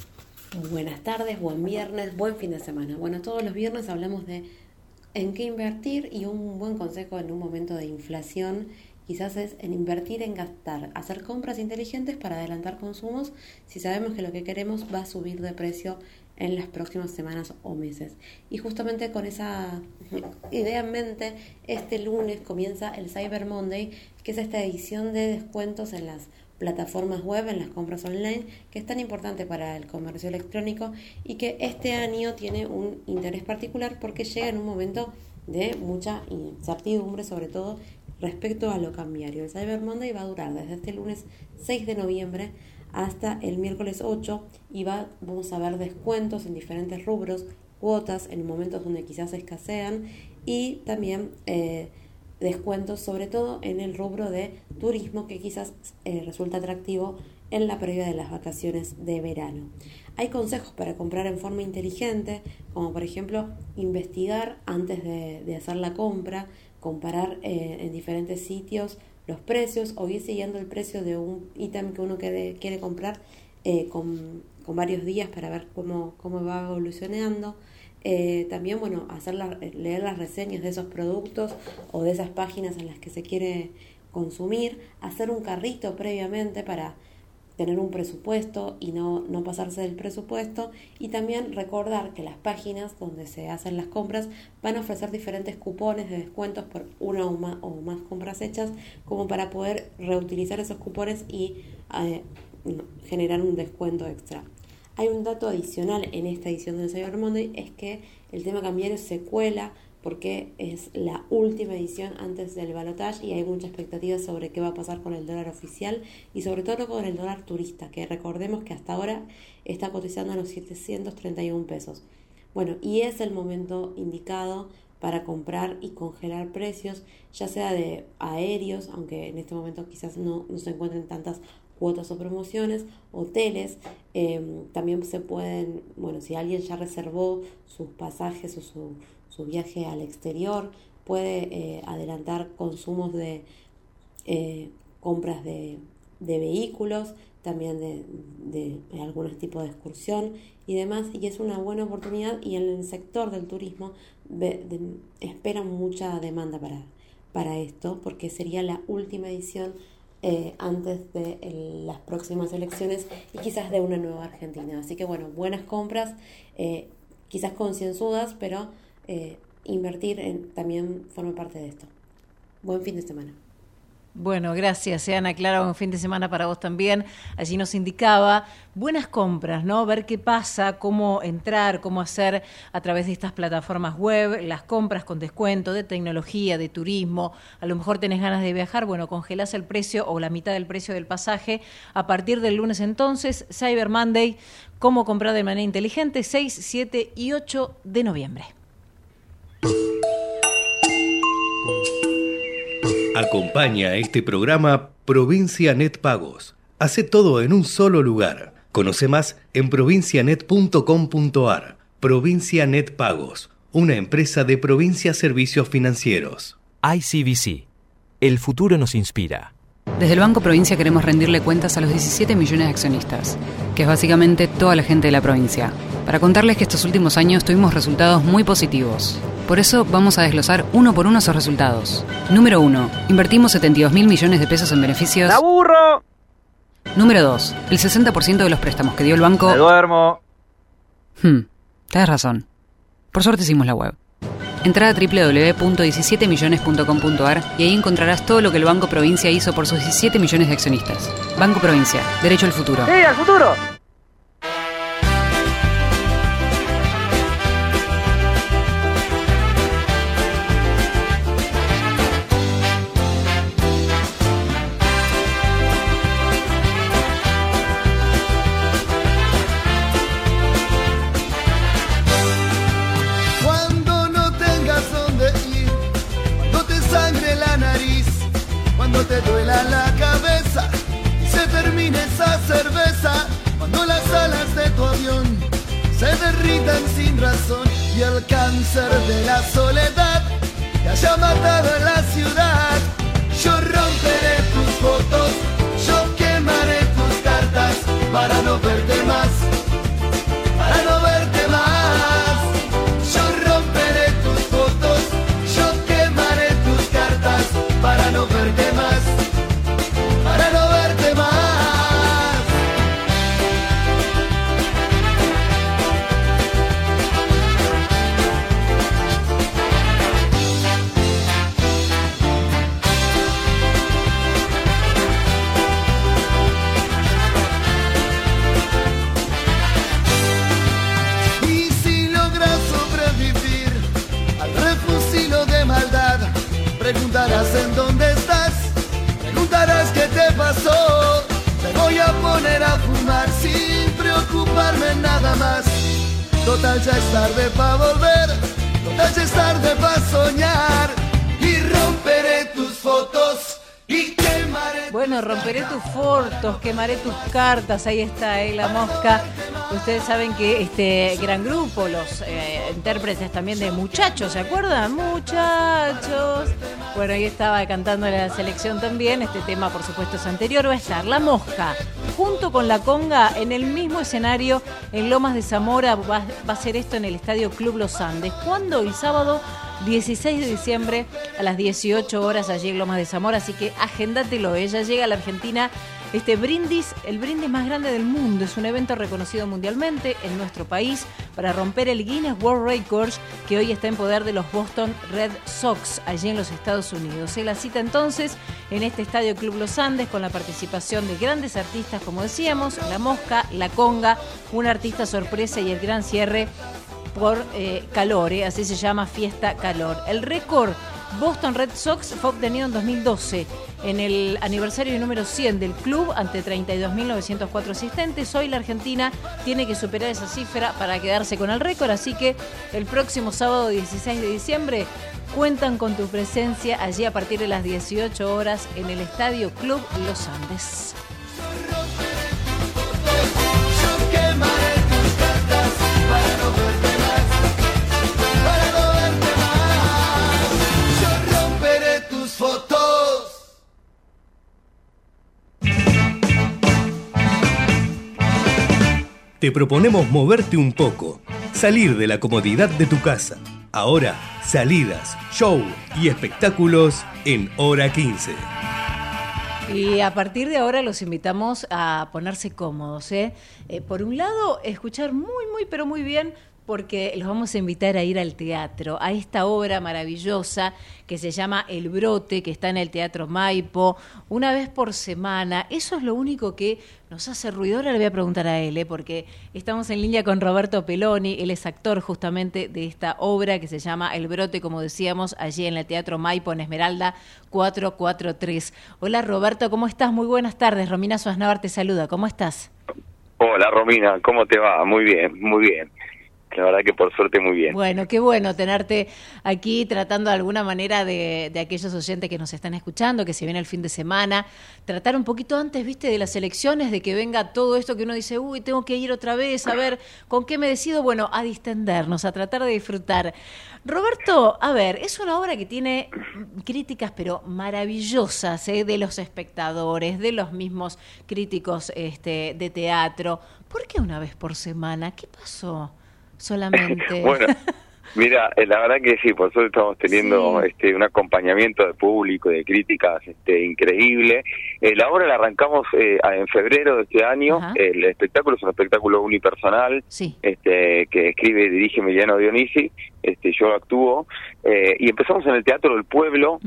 Buenas tardes, buen viernes, buen fin de semana. Bueno, todos los viernes hablamos de en qué invertir y un buen consejo en un momento de inflación quizás es en invertir en gastar, hacer compras inteligentes para adelantar consumos si sabemos que lo que queremos va a subir de precio en las próximas semanas o meses. Y justamente con esa idea en mente, este lunes comienza el Cyber Monday, que es esta edición de descuentos en las plataformas web, en las compras online, que es tan importante para el comercio electrónico y que este año tiene un interés particular porque llega en un momento de mucha incertidumbre, sobre todo respecto a lo cambiario. El Cyber Monday va a durar desde este lunes 6 de noviembre hasta el miércoles 8 y vamos a ver descuentos en diferentes rubros, cuotas en momentos donde quizás escasean y también descuentos sobre todo en el rubro de turismo que quizás resulta atractivo en la previa de las vacaciones de verano. Hay consejos para comprar en forma inteligente, como por ejemplo investigar antes de hacer la compra, comparar en diferentes sitios los precios o ir siguiendo el precio de un ítem que uno quiere comprar con varios días para ver cómo va evolucionando. También, leer las reseñas de esos productos o de esas páginas en las que se quiere consumir, hacer un carrito previamente para tener un presupuesto y no pasarse del presupuesto, y también recordar que las páginas donde se hacen las compras van a ofrecer diferentes cupones de descuentos por una o más compras hechas, como para poder reutilizar esos cupones y generar un descuento extra. Hay un dato adicional en esta edición del Cyber Monday, es que el tema cambiario se cuela porque es la última edición antes del balotaje y hay mucha expectativa sobre qué va a pasar con el dólar oficial y sobre todo con el dólar turista, que recordemos que hasta ahora está cotizando a los 731 pesos. Bueno, y es el momento indicado para comprar y congelar precios, ya sea de aéreos, aunque en este momento quizás no se encuentren tantas cuotas o promociones, hoteles, también se pueden, si alguien ya reservó sus pasajes o su viaje al exterior, puede adelantar consumos de compras de vehículos, también de algunos tipos de excursión y demás, y es una buena oportunidad, y en el sector del turismo esperan mucha demanda para esto, porque sería la última edición antes de las próximas elecciones y quizás de una nueva Argentina. Así que buenas compras, quizás concienzudas, pero invertir también forma parte de esto. Buen fin de semana. Bueno, gracias, Ana Clara, buen fin de semana para vos también. Allí nos indicaba buenas compras, ¿no? Ver qué pasa, cómo entrar, cómo hacer a través de estas plataformas web, las compras con descuento de tecnología, de turismo. A lo mejor tenés ganas de viajar, congelás el precio o la mitad del precio del pasaje. A partir del lunes entonces, Cyber Monday, cómo comprar de manera inteligente, 6, 7 y 8 de noviembre. Acompaña a este programa Provincia Net Pagos. Hace todo en un solo lugar. Conoce más en provincianet.com.ar. Provincia Net Pagos, una empresa de Provincia Servicios Financieros. ICBC. El futuro nos inspira. Desde el Banco Provincia queremos rendirle cuentas a los 17 millones de accionistas, que es básicamente toda la gente de la provincia, para contarles que estos últimos años tuvimos resultados muy positivos. Por eso vamos a desglosar uno por uno esos resultados. Número 1. Invertimos 72.000 millones de pesos en beneficios. ¡La burro! Número 2. El 60% de los préstamos que dio el banco... ¡Me duermo! Tienes razón. Por suerte hicimos la web. Entrá a www.17millones.com.ar y ahí encontrarás todo lo que el Banco Provincia hizo por sus 17 millones de accionistas. Banco Provincia. Derecho al futuro. ¡Sí, al futuro! Cuando te duela la cabeza, matan sin razón y el cáncer de la soledad te haya matado en la ciudad. Yo romperé tus fotos, yo quemaré tus cartas para no verte más, para no verte más. Yo romperé tus fotos, yo quemaré tus cartas para no verte más, para no verte más. Preguntarás en dónde estás, preguntarás qué te pasó. Te voy a poner a fumar sin preocuparme nada más. Total ya es tarde pa' volver, total ya es tarde pa' soñar. Y romperé tus fotos y quemaré. Bueno, romperé tus fotos, quemaré tus cartas. Ahí está, La Mosca. Ustedes saben que este gran grupo, los intérpretes también de Muchachos, ¿se acuerdan? Muchachos. Bueno, ahí estaba cantando la selección también. Este tema, por supuesto, es anterior. Va a estar La Mosca junto con La Conga en el mismo escenario en Lomas de Zamora. Va a ser esto en el Estadio Club Los Andes. ¿Cuándo? El sábado 16 de diciembre a las 18 horas allí en Lomas de Zamora. Así que agéndatelo. Ella llega a la Argentina. Este brindis, el brindis más grande del mundo, es un evento reconocido mundialmente en nuestro país para romper el Guinness World Records que hoy está en poder de los Boston Red Sox allí en los Estados Unidos. La cita entonces en este Estadio Club Los Andes con la participación de grandes artistas, como decíamos, La Mosca, La Conga, un artista sorpresa y el gran cierre por Calor, así se llama, Fiesta Calor. El récord Boston Red Sox fue obtenido en 2012 en el aniversario número 100 del club ante 32.904 asistentes. Hoy la Argentina tiene que superar esa cifra para quedarse con el récord, así que el próximo sábado 16 de diciembre cuentan con tu presencia allí a partir de las 18 horas en el Estadio Club Los Andes. Te proponemos moverte un poco, salir de la comodidad de tu casa. Ahora, salidas, show y espectáculos en Hora 15. Y a partir de ahora los invitamos a ponerse cómodos, por un lado, escuchar pero muy bien, porque los vamos a invitar a ir al teatro, a esta obra maravillosa que se llama El Brote, que está en el Teatro Maipo, una vez por semana. Eso es lo único que nos hace ruido. Ahora le voy a preguntar a él, porque estamos en línea con Roberto Peloni. Él es actor justamente de esta obra que se llama El Brote, como decíamos, allí en el Teatro Maipo, en Esmeralda 443. Hola Roberto, ¿cómo estás? Muy buenas tardes. Romina Suaznavar te saluda. ¿Cómo estás? Hola Romina, ¿cómo te va? Muy bien, muy bien. La verdad que por suerte muy bien. Bueno, qué bueno tenerte aquí tratando de alguna manera de aquellos oyentes que nos están escuchando, que se viene el fin de semana, tratar un poquito antes, viste, de las elecciones, de que venga todo esto que uno dice, uy, tengo que ir otra vez, a ver, ¿con qué me decido? Bueno, a distendernos, a tratar de disfrutar. Roberto, a ver, es una obra que tiene críticas pero maravillosas, de los espectadores, de los mismos críticos de teatro. ¿Por qué una vez por semana? ¿Qué pasó? Solamente. Bueno, mira, la verdad que sí, por suerte estamos teniendo un acompañamiento de público, de críticas increíble. La obra la arrancamos en febrero de este año. Ajá. El espectáculo es un espectáculo unipersonal, que escribe y dirige Emiliano Dionisi. Yo actúo y empezamos en el Teatro del Pueblo.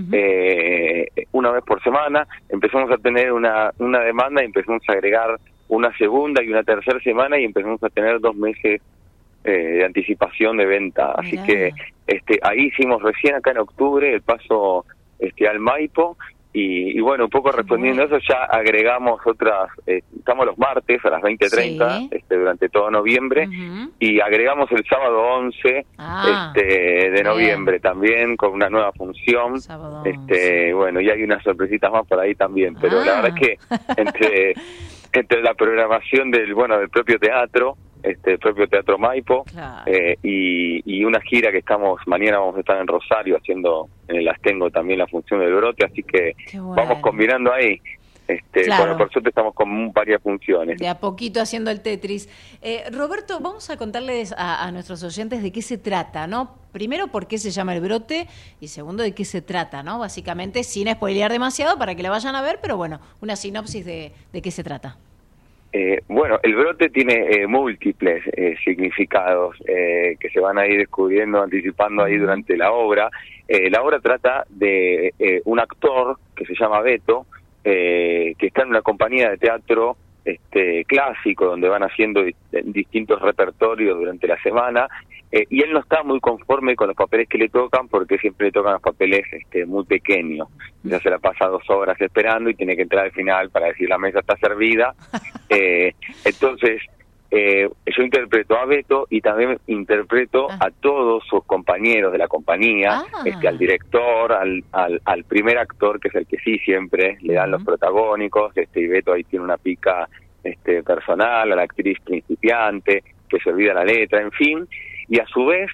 Una vez por semana. Empezamos a tener una demanda y empezamos a agregar una segunda y una tercera semana y empezamos a tener 2 meses de anticipación de venta. Así que ahí hicimos recién acá en octubre el paso al Maipo y bueno, un poco respondiendo a eso, ya agregamos otras, estamos los martes a las 20:30 durante todo noviembre y agregamos el sábado 11 de noviembre también con una nueva función. Bueno, y hay unas sorpresitas más por ahí también, pero la verdad es que entre la programación del propio teatro, el propio Teatro Maipo, Claro. y una gira que mañana vamos a estar en Rosario haciendo en el Astengo también la función del Brote, así que vamos combinando ahí. Claro. Bueno, por suerte estamos con varias funciones. De a poquito haciendo el Tetris. Roberto, vamos a contarles a nuestros oyentes de qué se trata, ¿no? Primero, por qué se llama El Brote, y segundo, de qué se trata, ¿no? Básicamente, sin spoilear demasiado para que la vayan a ver, pero bueno, una sinopsis de qué se trata. Bueno, El Brote tiene múltiples significados que se van a ir descubriendo, anticipando ahí durante la obra. La obra trata de un actor que se llama Beto, que está en una compañía de teatro clásico, donde van haciendo distintos repertorios durante la semana, y él no está muy conforme con los papeles que le tocan, porque siempre le tocan los papeles muy pequeños. Ya se la pasa 2 horas esperando y tiene que entrar al final para decir la mesa está servida. Entonces yo interpreto a Beto y también interpreto a todos sus compañeros de la compañía, al director, al primer actor, que es el que sí siempre le dan los protagónicos, y Beto ahí tiene una pica personal, a la actriz principiante, que se olvida la letra, en fin, y a su vez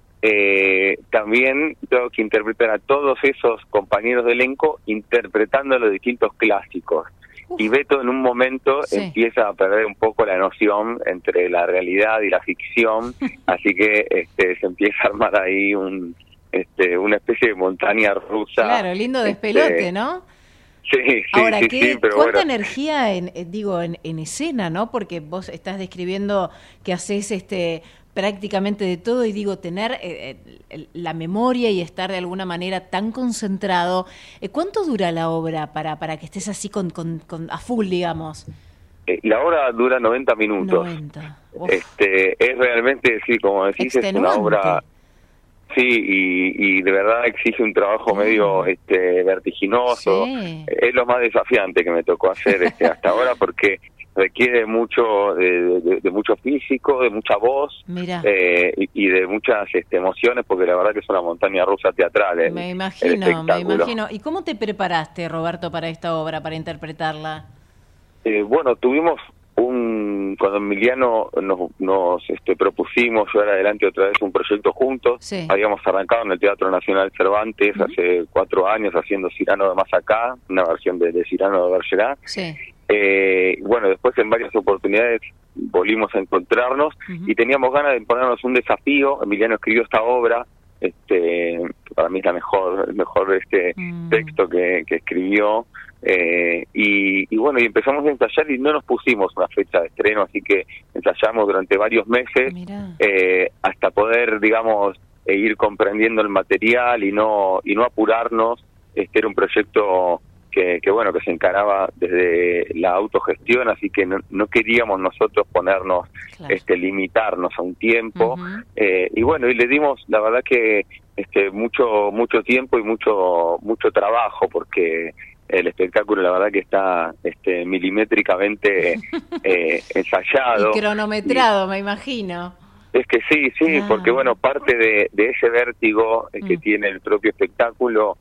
también tengo que interpretar a todos esos compañeros de elenco interpretando los distintos clásicos. Y Beto en un momento empieza a perder un poco la noción entre la realidad y la ficción, así que se empieza a armar ahí una especie de montaña rusa. Claro, lindo despelote, ¿no? Sí, Ahora, pero ¿cuánta bueno. energía en escena, no? Porque vos estás describiendo que haces prácticamente de todo, y digo, tener la memoria y estar de alguna manera tan concentrado. ¿Cuánto dura la obra para que estés así con a full, digamos? La obra dura 90 minutos. 90. Es realmente, sí, como decís, es una obra... Sí, y de verdad exige un trabajo medio vertiginoso. Sí. Es lo más desafiante que me tocó hacer hasta ahora, porque requiere mucho de mucho físico, de mucha voz, y de muchas emociones, porque la verdad que es una montaña rusa teatral. Me imagino. ¿Y cómo te preparaste, Roberto, para esta obra, para interpretarla? Bueno, tuvimos cuando Emiliano nos propusimos llevar adelante otra vez un proyecto juntos. Sí. Habíamos arrancado en el Teatro Nacional Cervantes hace 4 años haciendo Cyrano de Mazacá, una versión de Cyrano de Bergerac. Sí. Bueno, después en varias oportunidades volvimos a encontrarnos y teníamos ganas de ponernos un desafío. Emiliano escribió esta obra, que para mí es el mejor texto que escribió, y bueno, y empezamos a ensayar y no nos pusimos una fecha de estreno, así que ensayamos durante varios meses hasta poder, digamos, ir comprendiendo el material y no apurarnos. Era un proyecto que bueno, que se encaraba desde la autogestión, así que no queríamos nosotros ponernos, limitarnos a un tiempo, y bueno, y le dimos, la verdad que mucho tiempo y mucho trabajo, porque el espectáculo, la verdad que está milimétricamente ensayado. Y cronometrado, me imagino. Es que sí, porque bueno, parte de ese vértigo que tiene el propio espectáculo,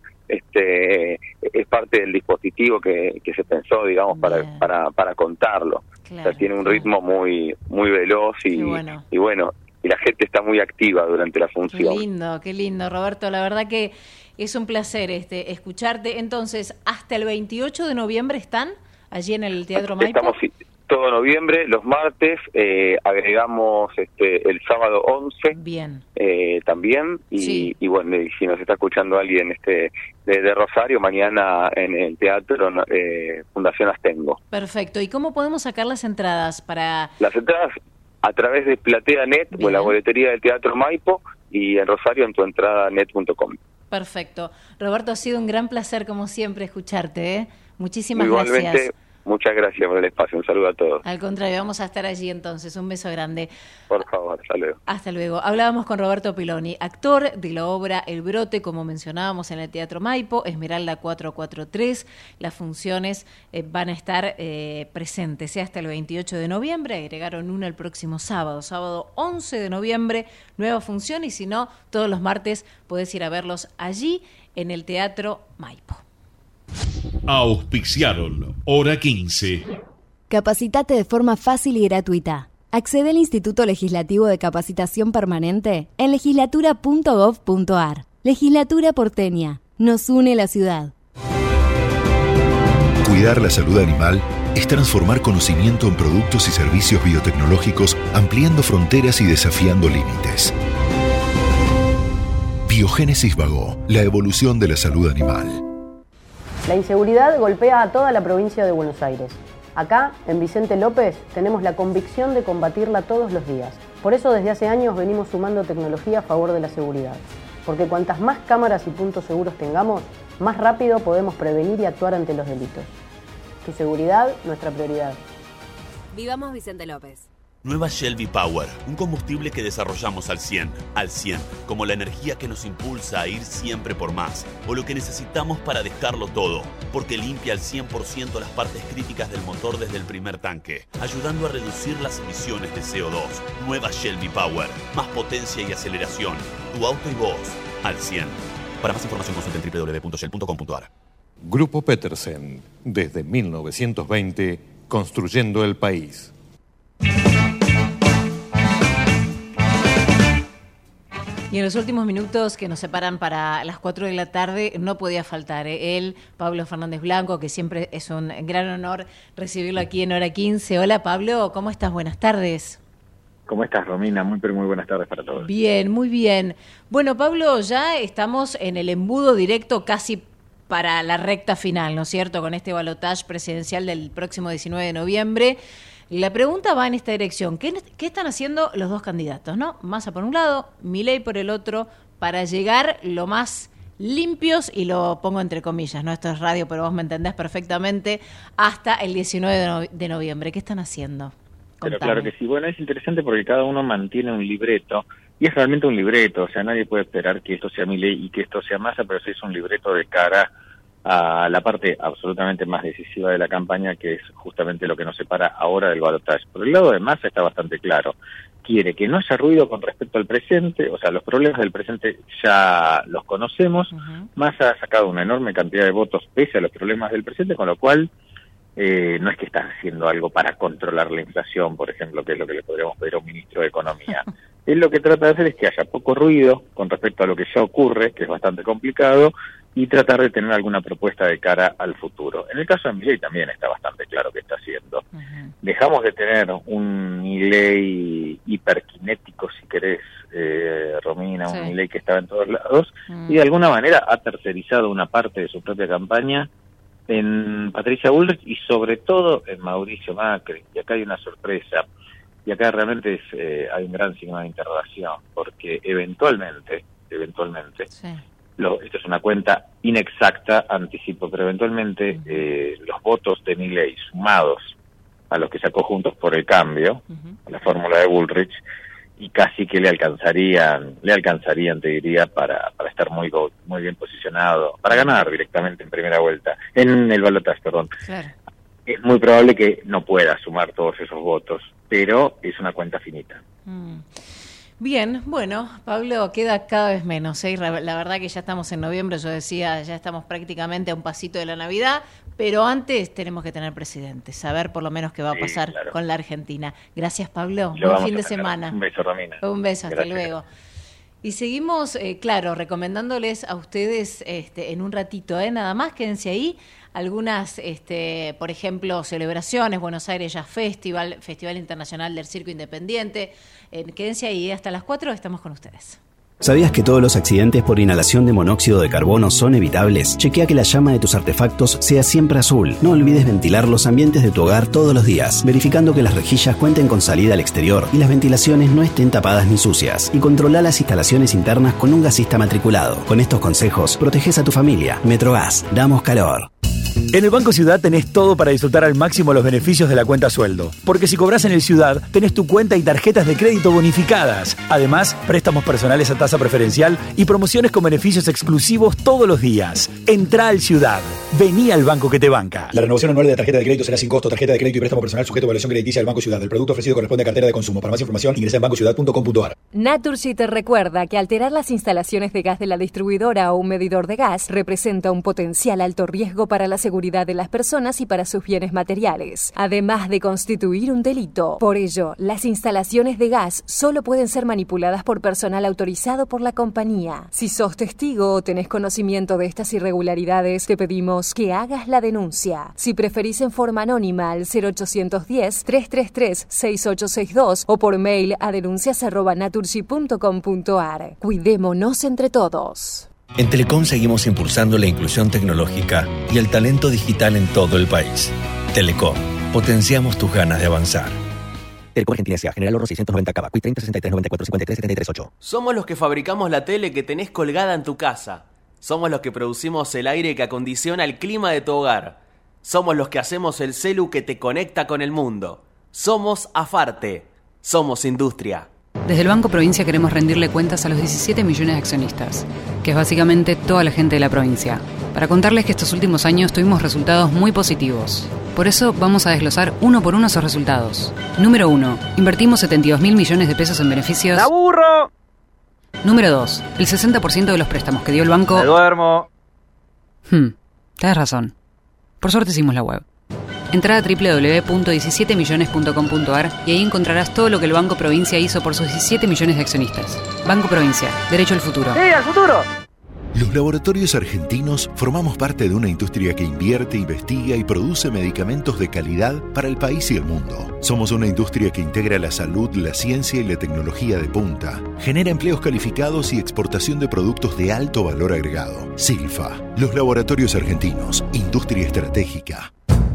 es parte del dispositivo que se pensó, digamos, para contarlo. Claro, o sea, tiene un ritmo muy veloz y bueno, y la gente está muy activa durante la función. Qué lindo, Roberto, la verdad que es un placer escucharte. Entonces, hasta el 28 de noviembre están allí en el Teatro Maipo. Estamos todo noviembre, los martes, agregamos el sábado 11. Bien. También, y bueno, y si nos está escuchando alguien de Rosario, mañana en el Teatro Fundación Astengo. Perfecto. ¿Y cómo podemos sacar las entradas para...? Las entradas a través de PlateaNet o la boletería del Teatro Maipo, y en Rosario en tuentradanet.com. Perfecto. Roberto, ha sido un gran placer, como siempre, escucharte. Muchísimas Igualmente, gracias. Muchas gracias por el espacio. Un saludo a todos. Al contrario, vamos a estar allí entonces. Un beso grande. Por favor, hasta luego. Hasta luego. Hablábamos con Roberto Piloni, actor de la obra El Brote, como mencionábamos, en el Teatro Maipo, Esmeralda 443. Las funciones van a estar presentes hasta el 28 de noviembre. Agregaron una el próximo sábado 11 de noviembre, nueva función, y si no, todos los martes podés ir a verlos allí en el Teatro Maipo. Auspiciaron Hora 15. Capacitate de forma fácil y gratuita. Accede al Instituto Legislativo de Capacitación Permanente en legislatura.gov.ar. Legislatura porteña. Nos une la ciudad. Cuidar la salud animal es transformar conocimiento en productos y servicios biotecnológicos, ampliando fronteras y desafiando límites. Biogénesis Bagó, la evolución de la salud animal. La inseguridad golpea a toda la provincia de Buenos Aires. Acá, en Vicente López, tenemos la convicción de combatirla todos los días. Por eso desde hace años venimos sumando tecnología a favor de la seguridad. Porque cuantas más cámaras y puntos seguros tengamos, más rápido podemos prevenir y actuar ante los delitos. Tu seguridad, nuestra prioridad. Vivamos Vicente López. Nueva Shell V-Power, un combustible que desarrollamos al 100, como la energía que nos impulsa a ir siempre por más, o lo que necesitamos para dejarlo todo, porque limpia al 100% las partes críticas del motor desde el primer tanque, ayudando a reducir las emisiones de CO2. Nueva Shell V-Power, más potencia y aceleración, tu auto y vos, al 100. Para más información consulta en www.shell.com.ar. Grupo Petersen, desde 1920, construyendo el país. Y en los últimos minutos que nos separan para las 4 de la tarde no podía faltar él, Pablo Fernández Blanco, que siempre es un gran honor recibirlo aquí en Hora 15. Hola Pablo, ¿cómo estás? Buenas tardes. ¿Cómo estás, Romina? Muy buenas tardes para todos. Bien, muy bien. Bueno, Pablo, ya estamos en el embudo directo casi para la recta final, ¿no es cierto? Con este balotaje presidencial del próximo 19 de noviembre. La pregunta va en esta dirección. ¿Qué están haciendo los dos candidatos, no? Massa por un lado, Milei por el otro, para llegar lo más limpios, y lo pongo entre comillas, ¿no? Esto es radio, pero vos me entendés perfectamente, hasta el 19 de noviembre. ¿Qué están haciendo? Pero claro que sí. Bueno, es interesante porque cada uno mantiene un libreto, y es realmente un libreto. O sea, nadie puede esperar que esto sea Milei y que esto sea Massa, pero sí es un libreto de cara a la parte absolutamente más decisiva de la campaña, que es justamente lo que nos separa ahora del balotaje. Por el lado de Massa está bastante claro. Quiere que no haya ruido con respecto al presente, o sea, los problemas del presente ya los conocemos. Massa ha sacado una enorme cantidad de votos pese a los problemas del presente, con lo cual no es que está haciendo algo para controlar la inflación, por ejemplo, que es lo que le podríamos pedir a un ministro de Economía. Él lo que trata de hacer es que haya poco ruido con respecto a lo que ya ocurre, que es bastante complicado, y tratar de tener alguna propuesta de cara al futuro. En el caso de Milei también está bastante claro qué está haciendo. Dejamos de tener un Milei hiperkinético, si querés, Romina, un Milei que estaba en todos lados, y de alguna manera ha tercerizado una parte de su propia campaña en Patricia Bullrich y sobre todo en Mauricio Macri. Y acá hay una sorpresa, y acá realmente hay un gran signo de interrogación, porque eventualmente, esto es una cuenta inexacta, anticipo, pero eventualmente los votos de Milei sumados a los que sacó Juntos por el Cambio, la fórmula de Bullrich, y casi que le alcanzarían, te diría, para estar muy bien posicionado, para ganar directamente en primera vuelta, en el balotaje, perdón. Claro. Es muy probable que no pueda sumar todos esos votos, pero es una cuenta finita. Bien, bueno, Pablo, queda cada vez menos, ¿eh? La verdad que ya estamos en noviembre, yo decía, ya estamos prácticamente a un pasito de la Navidad, pero antes tenemos que tener presidente, saber por lo menos qué va a pasar con la Argentina. Gracias, Pablo. Buen fin de semana. Un beso, Romina. Un beso, hasta luego. Y seguimos, claro, recomendándoles a ustedes en un ratito, nada más, quédense ahí, algunas, por ejemplo, celebraciones, Buenos Aires Jazz Festival, Festival Internacional del Circo Independiente, quédense ahí, hasta las 4 estamos con ustedes. ¿Sabías que todos los accidentes por inhalación de monóxido de carbono son evitables? Chequea que la llama de tus artefactos sea siempre azul. No olvides ventilar los ambientes de tu hogar todos los días, verificando que las rejillas cuenten con salida al exterior y las ventilaciones no estén tapadas ni sucias. Y controla las instalaciones internas con un gasista matriculado. Con estos consejos, proteges a tu familia. Metrogas, damos calor. En el Banco Ciudad tenés todo para disfrutar al máximo los beneficios de la cuenta sueldo. Porque si cobras en el Ciudad, tenés tu cuenta y tarjetas de crédito bonificadas. Además, préstamos personales a tasa preferencial y promociones con beneficios exclusivos todos los días. Entrá al Ciudad. Vení al banco que te banca. La renovación anual de la tarjeta de crédito será sin costo. Tarjeta de crédito y préstamo personal sujeto a evaluación crediticia del Banco Ciudad. El producto ofrecido corresponde a cartera de consumo. Para más información, ingresa en bancociudad.com.ar. Naturgy te recuerda que alterar las instalaciones de gas de la distribuidora o un medidor de gas representa un potencial alto riesgo para la seguridad seguridad de las personas y para sus bienes materiales, además de constituir un delito. Por ello, las instalaciones de gas solo pueden ser manipuladas por personal autorizado por la compañía. Si sos testigo o tenés conocimiento de estas irregularidades, te pedimos que hagas la denuncia. Si preferís en forma anónima al 0810-333-6862 o por mail a denuncias@naturgy.com.ar. Cuidémonos entre todos. En Telecom seguimos impulsando la inclusión tecnológica y el talento digital en todo el país. Telecom, potenciamos tus ganas de avanzar. Telecom Argentina S.A. General Oro 690 Cava. Quick 30 63 94 53 73 8. Somos los que fabricamos la tele que tenés colgada en tu casa. Somos los que producimos el aire que acondiciona el clima de tu hogar. Somos los que hacemos el celu que te conecta con el mundo. Somos Afarte. Somos industria. Desde el Banco Provincia queremos rendirle cuentas a los 17 millones de accionistas, que es básicamente toda la gente de la provincia, para contarles que estos últimos años tuvimos resultados muy positivos. Por eso vamos a desglosar uno por uno esos resultados. Número 1. Invertimos 72.000 millones de pesos en beneficios. ¡La burro! Número 2. El 60% de los préstamos que dio el banco... ¡Me duermo! Tienes razón. Por suerte hicimos la web. Entrá a www.17millones.com.ar y ahí encontrarás todo lo que el Banco Provincia hizo por sus 17 millones de accionistas. Banco Provincia, derecho al futuro. ¡Sí, al futuro! Los laboratorios argentinos formamos parte de una industria que invierte, investiga y produce medicamentos de calidad para el país y el mundo. Somos una industria que integra la salud, la ciencia y la tecnología de punta. Genera empleos calificados y exportación de productos de alto valor agregado. Silfa, los laboratorios argentinos, industria estratégica.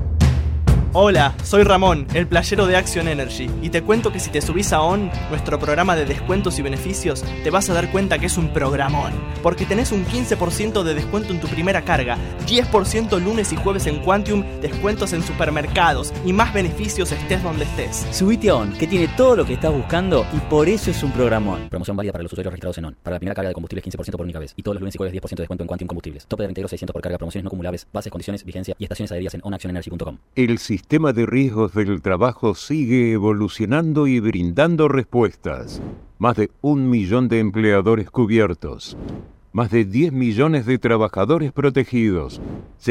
Hola, soy Ramón, el playero de Action Energy, y te cuento que si te subís a ON, nuestro programa de descuentos y beneficios, te vas a dar cuenta que es un programón, porque tenés un 15% de descuento en tu primera carga, 10% lunes y jueves en Quantium, descuentos en supermercados y más beneficios estés donde estés. Subite a ON, que tiene todo lo que estás buscando y por eso es un programón. Promoción válida para los usuarios registrados en ON. Para la primera carga de combustible 15% por única vez, y todos los lunes y jueves 10% de descuento en Quantium Combustibles. Tope de reintegro 600 por carga, promociones no acumulables, bases, condiciones, vigencia y estaciones adheridas en onactionenergy.com. El sistema de riesgos del trabajo sigue evolucionando y brindando respuestas. Más de 1 millón de empleadores cubiertos. Más de 10 millones de trabajadores protegidos.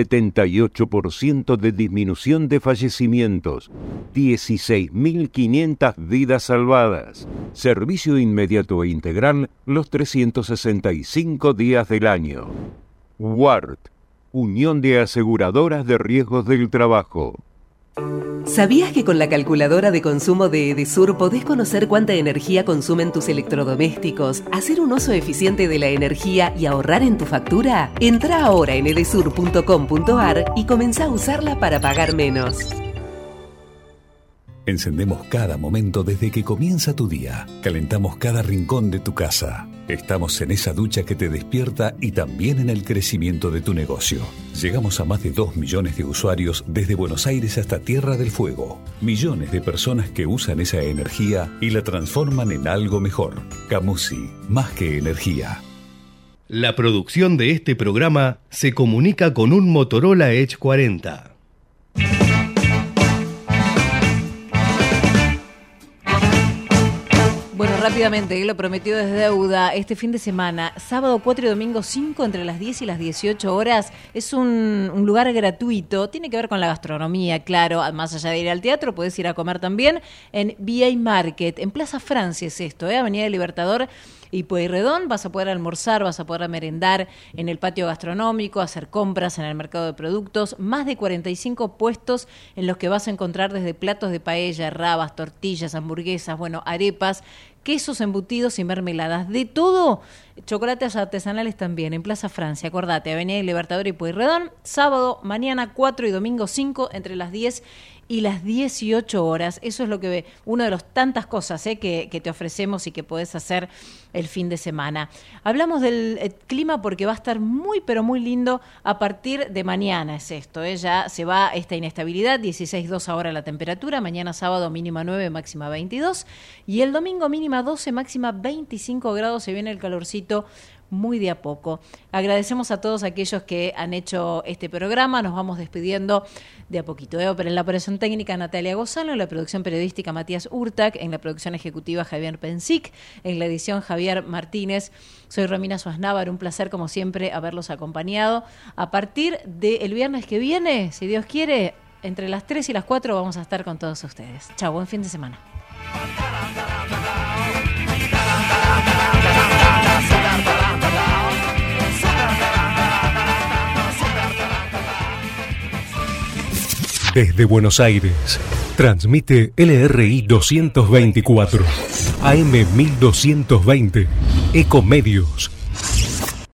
78% de disminución de fallecimientos. 16.500 vidas salvadas. Servicio inmediato e integral los 365 días del año. WART, Unión de Aseguradoras de Riesgos del Trabajo. ¿Sabías que con la calculadora de consumo de Edesur podés conocer cuánta energía consumen tus electrodomésticos, hacer un uso eficiente de la energía y ahorrar en tu factura? Entrá ahora en edesur.com.ar y comenzá a usarla para pagar menos. Encendemos cada momento desde que comienza tu día. Calentamos cada rincón de tu casa. Estamos en esa ducha que te despierta y también en el crecimiento de tu negocio. Llegamos a más de 2 millones de usuarios desde Buenos Aires hasta Tierra del Fuego. Millones de personas que usan esa energía y la transforman en algo mejor. Camusi, más que energía. La producción de este programa se comunica con un Motorola Edge 40. Bueno, rápidamente, lo prometido es deuda. Este fin de semana, sábado 4 y domingo 5, entre las 10 y las 18 horas, es un lugar gratuito. Tiene que ver con la gastronomía, claro. Más allá de ir al teatro, podés ir a comer también en VA Market. En Plaza Francia es esto, Avenida del Libertador y Pueyrredón. Vas a poder almorzar, vas a poder merendar en el patio gastronómico, hacer compras en el mercado de productos. Más de 45 puestos en los que vas a encontrar desde platos de paella, rabas, tortillas, hamburguesas, bueno, arepas, quesos embutidos y mermeladas, de todo. Chocolates artesanales también, en Plaza Francia, acordate, Avenida del Libertador y Pueyrredón, sábado, mañana 4 y domingo 5, entre las 10 y las 18 horas. Eso es lo que uno de los tantas cosas que te ofrecemos y que podés hacer el fin de semana. Hablamos del clima porque va a estar muy, pero muy lindo a partir de mañana, es esto. Ya se va esta inestabilidad, 16,2 ahora la temperatura, mañana sábado mínima 9, máxima 22, y el domingo mínima 12, máxima 25 grados, se viene el calorcito muy de a poco. Agradecemos a todos aquellos que han hecho este programa. Nos vamos despidiendo de a poquito. Pero en la operación técnica Natalia Gozalo, en la producción periodística Matías Urtac, en la producción ejecutiva Javier Pensic, en la edición Javier Martínez. Soy Romina Suaznavar, un placer como siempre haberlos acompañado. A partir del viernes que viene, si Dios quiere, entre las 3 y las 4 vamos a estar con todos ustedes. Chao, buen fin de semana. Desde Buenos Aires, transmite LRI 224, AM 1220, Ecomedios.